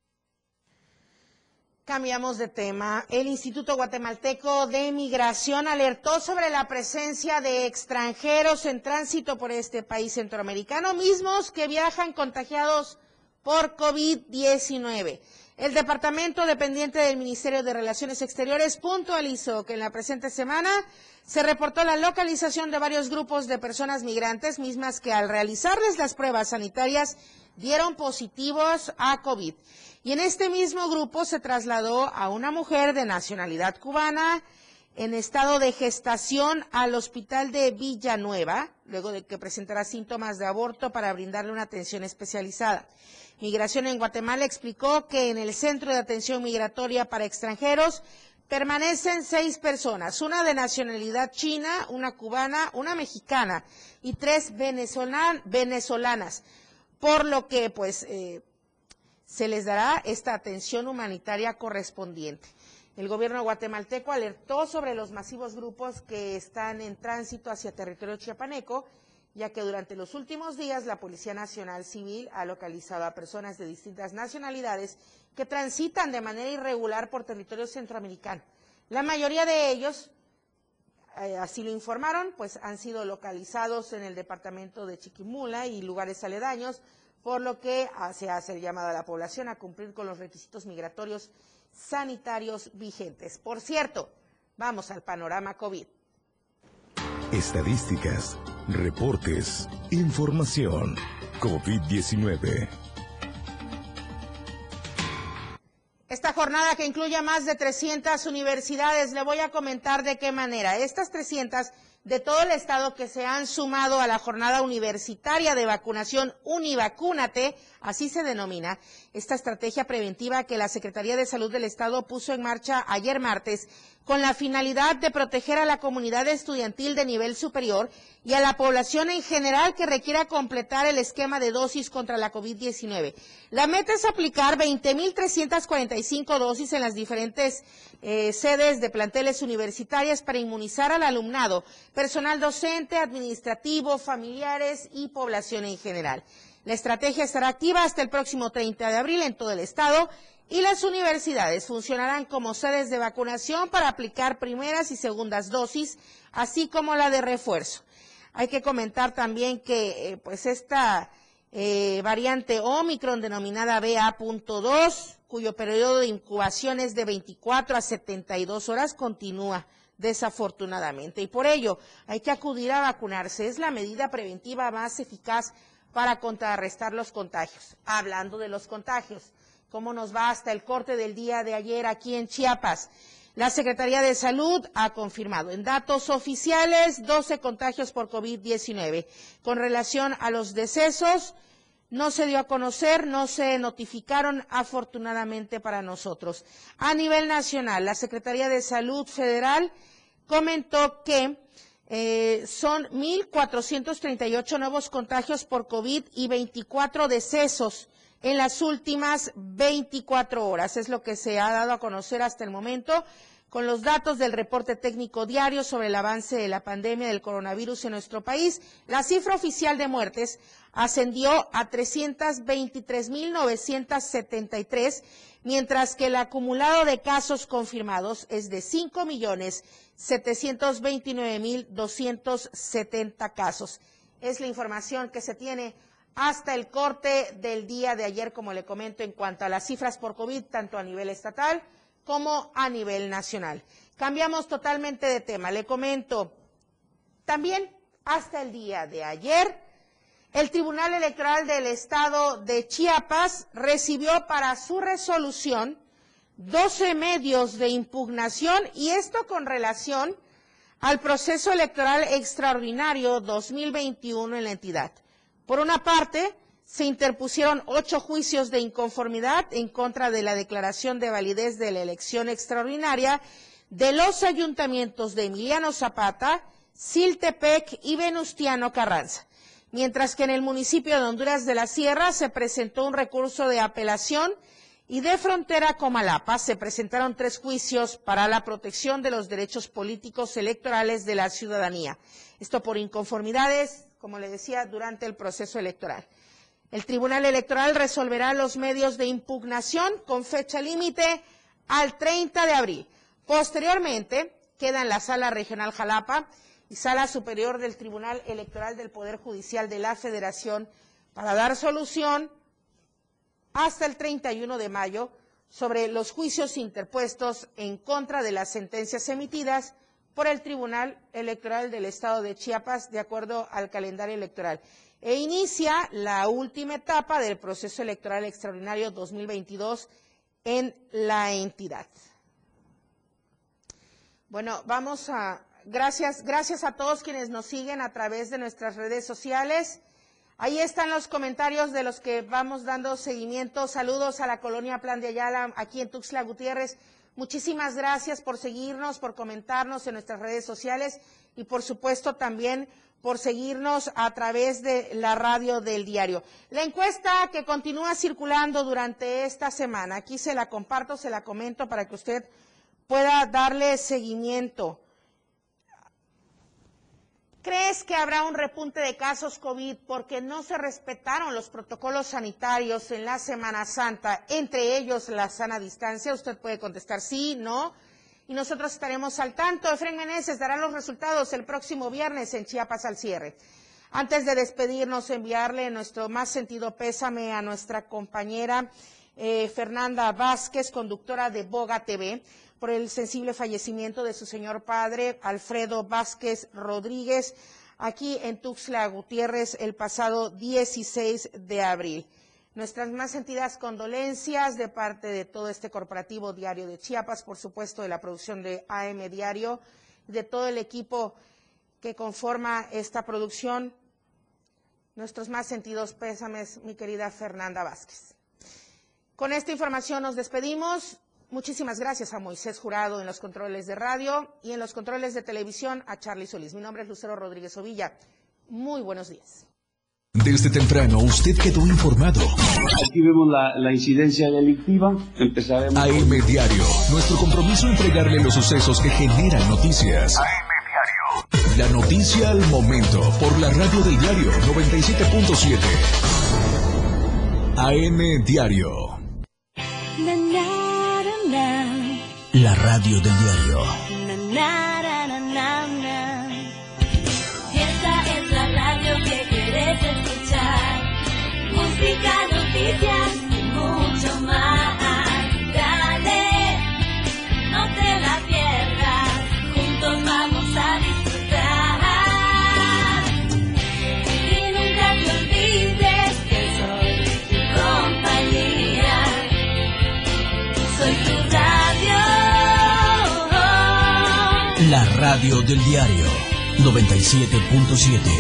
Cambiamos de tema. El Instituto Guatemalteco de Migración alertó sobre la presencia de extranjeros en tránsito por este país centroamericano, mismos que viajan contagiados por COVID diecinueve. El departamento dependiente del Ministerio de Relaciones Exteriores puntualizó que en la presente semana se reportó la localización de varios grupos de personas migrantes, mismas que al realizarles las pruebas sanitarias dieron positivos a COVID. Y en este mismo grupo se trasladó a una mujer de nacionalidad cubana en estado de gestación al hospital de Villanueva, luego de que presentara síntomas de aborto para brindarle una atención especializada. Migración en Guatemala explicó que en el Centro de Atención Migratoria para Extranjeros permanecen seis personas, una de nacionalidad china, una cubana, una mexicana y tres venezolan- venezolanas, por lo que pues eh, se les dará esta atención humanitaria correspondiente. El gobierno guatemalteco alertó sobre los masivos grupos que están en tránsito hacia territorio chiapaneco, ya que durante los últimos días la Policía Nacional Civil ha localizado a personas de distintas nacionalidades que transitan de manera irregular por territorio centroamericano. La mayoría de ellos, eh, así lo informaron, pues han sido localizados en el departamento de Chiquimula y lugares aledaños, por lo que se hace el llamado a la población a cumplir con los requisitos migratorios sanitarios vigentes. Por cierto, vamos al panorama COVID. Estadísticas, reportes, información. COVID diecinueve. Esta jornada, que incluye a más de trescientas universidades, le voy a comentar de qué manera. Estas trescientas de todo el estado que se han sumado a la jornada universitaria de vacunación Univacúnate, así se denomina, esta estrategia preventiva que la Secretaría de Salud del Estado puso en marcha ayer martes con la finalidad de proteger a la comunidad estudiantil de nivel superior y a la población en general que requiera completar el esquema de dosis contra la COVID diecinueve. La meta es aplicar veinte mil trescientas cuarenta y cinco dosis en las diferentes eh, sedes de planteles universitarias para inmunizar al alumnado, personal docente, administrativo, familiares y población en general. La estrategia estará activa hasta el próximo treinta de abril en todo el estado y las universidades funcionarán como sedes de vacunación para aplicar primeras y segundas dosis, así como la de refuerzo. Hay que comentar también que eh, pues esta eh, variante Omicron denominada B A punto dos, cuyo periodo de incubación es de veinticuatro a setenta y dos horas, continúa desafortunadamente. Y por ello hay que acudir a vacunarse. Es la medida preventiva más eficaz para contrarrestar los contagios. Hablando de los contagios, ¿cómo nos va hasta el corte del día de ayer aquí en Chiapas? La Secretaría de Salud ha confirmado en datos oficiales doce contagios por COVID diecinueve. Con relación a los decesos, no se dio a conocer, no se notificaron afortunadamente para nosotros. A nivel nacional, la Secretaría de Salud Federal comentó que eh, son mil cuatrocientos treinta y ocho nuevos contagios por COVID y veinticuatro decesos en las últimas veinticuatro horas. Es lo que se ha dado a conocer hasta el momento con los datos del reporte técnico diario sobre el avance de la pandemia del coronavirus en nuestro país. La cifra oficial de muertes ascendió a trescientos veintitrés mil novecientos setenta y tres, mientras que el acumulado de casos confirmados es de cinco millones setecientos veintinueve mil doscientos setenta casos. Es la información que se tiene hasta el corte del día de ayer, como le comento, en cuanto a las cifras por COVID, tanto a nivel estatal como a nivel nacional. Cambiamos totalmente de tema. Le comento, también hasta el día de ayer, el Tribunal Electoral del Estado de Chiapas recibió para su resolución doce medios de impugnación, y esto con relación al proceso electoral extraordinario dos mil veintiuno en la entidad. Por una parte, se interpusieron ocho juicios de inconformidad en contra de la declaración de validez de la elección extraordinaria de los ayuntamientos de Emiliano Zapata, Siltepec y Venustiano Carranza. Mientras que en el municipio de Honduras de la Sierra se presentó un recurso de apelación y de Frontera Comalapa se presentaron tres juicios para la protección de los derechos políticos electorales de la ciudadanía. Esto por inconformidades, como le decía, durante el proceso electoral. El Tribunal Electoral resolverá los medios de impugnación con fecha límite al treinta de abril. Posteriormente, queda en la Sala Regional Jalapa y Sala Superior del Tribunal Electoral del Poder Judicial de la Federación para dar solución hasta el treinta y uno de mayo sobre los juicios interpuestos en contra de las sentencias emitidas por el Tribunal Electoral del Estado de Chiapas de acuerdo al calendario electoral. E inicia la última etapa del proceso electoral extraordinario dos mil veintidós en la entidad. Bueno, vamos a, gracias, gracias a todos quienes nos siguen a través de nuestras redes sociales. Ahí están los comentarios de los que vamos dando seguimiento. Saludos a la colonia Plan de Ayala, aquí en Tuxtla Gutiérrez. Muchísimas gracias por seguirnos, por comentarnos en nuestras redes sociales y por supuesto también por seguirnos a través de la radio del diario. La encuesta que continúa circulando durante esta semana, aquí se la comparto, se la comento para que usted pueda darle seguimiento. ¿Crees que habrá un repunte de casos COVID porque no se respetaron los protocolos sanitarios en la Semana Santa, entre ellos la sana distancia? Usted puede contestar sí, no, y nosotros estaremos al tanto. Efraín Meneses dará los resultados el próximo viernes en Chiapas al cierre. Antes de despedirnos, enviarle nuestro más sentido pésame a nuestra compañera eh, Fernanda Vázquez, conductora de Boga T V, por el sensible fallecimiento de su señor padre, Alfredo Vázquez Rodríguez, aquí en Tuxtla Gutiérrez el pasado dieciséis de abril. Nuestras más sentidas condolencias de parte de todo este corporativo Diario de Chiapas, por supuesto de la producción de A M Diario, de todo el equipo que conforma esta producción. Nuestros más sentidos pésames, mi querida Fernanda Vázquez. Con esta información nos despedimos. Muchísimas gracias a Moisés Jurado en los controles de radio y en los controles de televisión a Charlie Solís. Mi nombre es Lucero Rodríguez Ovilla. Muy buenos días. Desde temprano usted quedó informado. Aquí vemos la, la incidencia delictiva. Empezaremos. A M Diario. Nuestro compromiso entregarle los sucesos que generan noticias. A M Diario. La noticia al momento por la radio del diario noventa y siete punto siete. A M Diario. Na, na, na, na. La radio del diario. Na, na, na, na, na. Esta es música, noticias y mucho más. Dale, no te la pierdas, juntos vamos a disfrutar. Y nunca te olvides que soy tu compañía, soy tu radio. La radio del diario noventa y siete punto siete.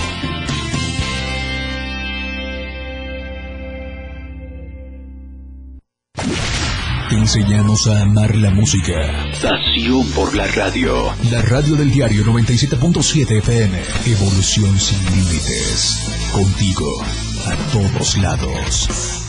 Te enseñamos a amar la música. Pasión por la radio. La radio del diario noventa y siete punto siete F M. Evolución sin límites. Contigo a todos lados.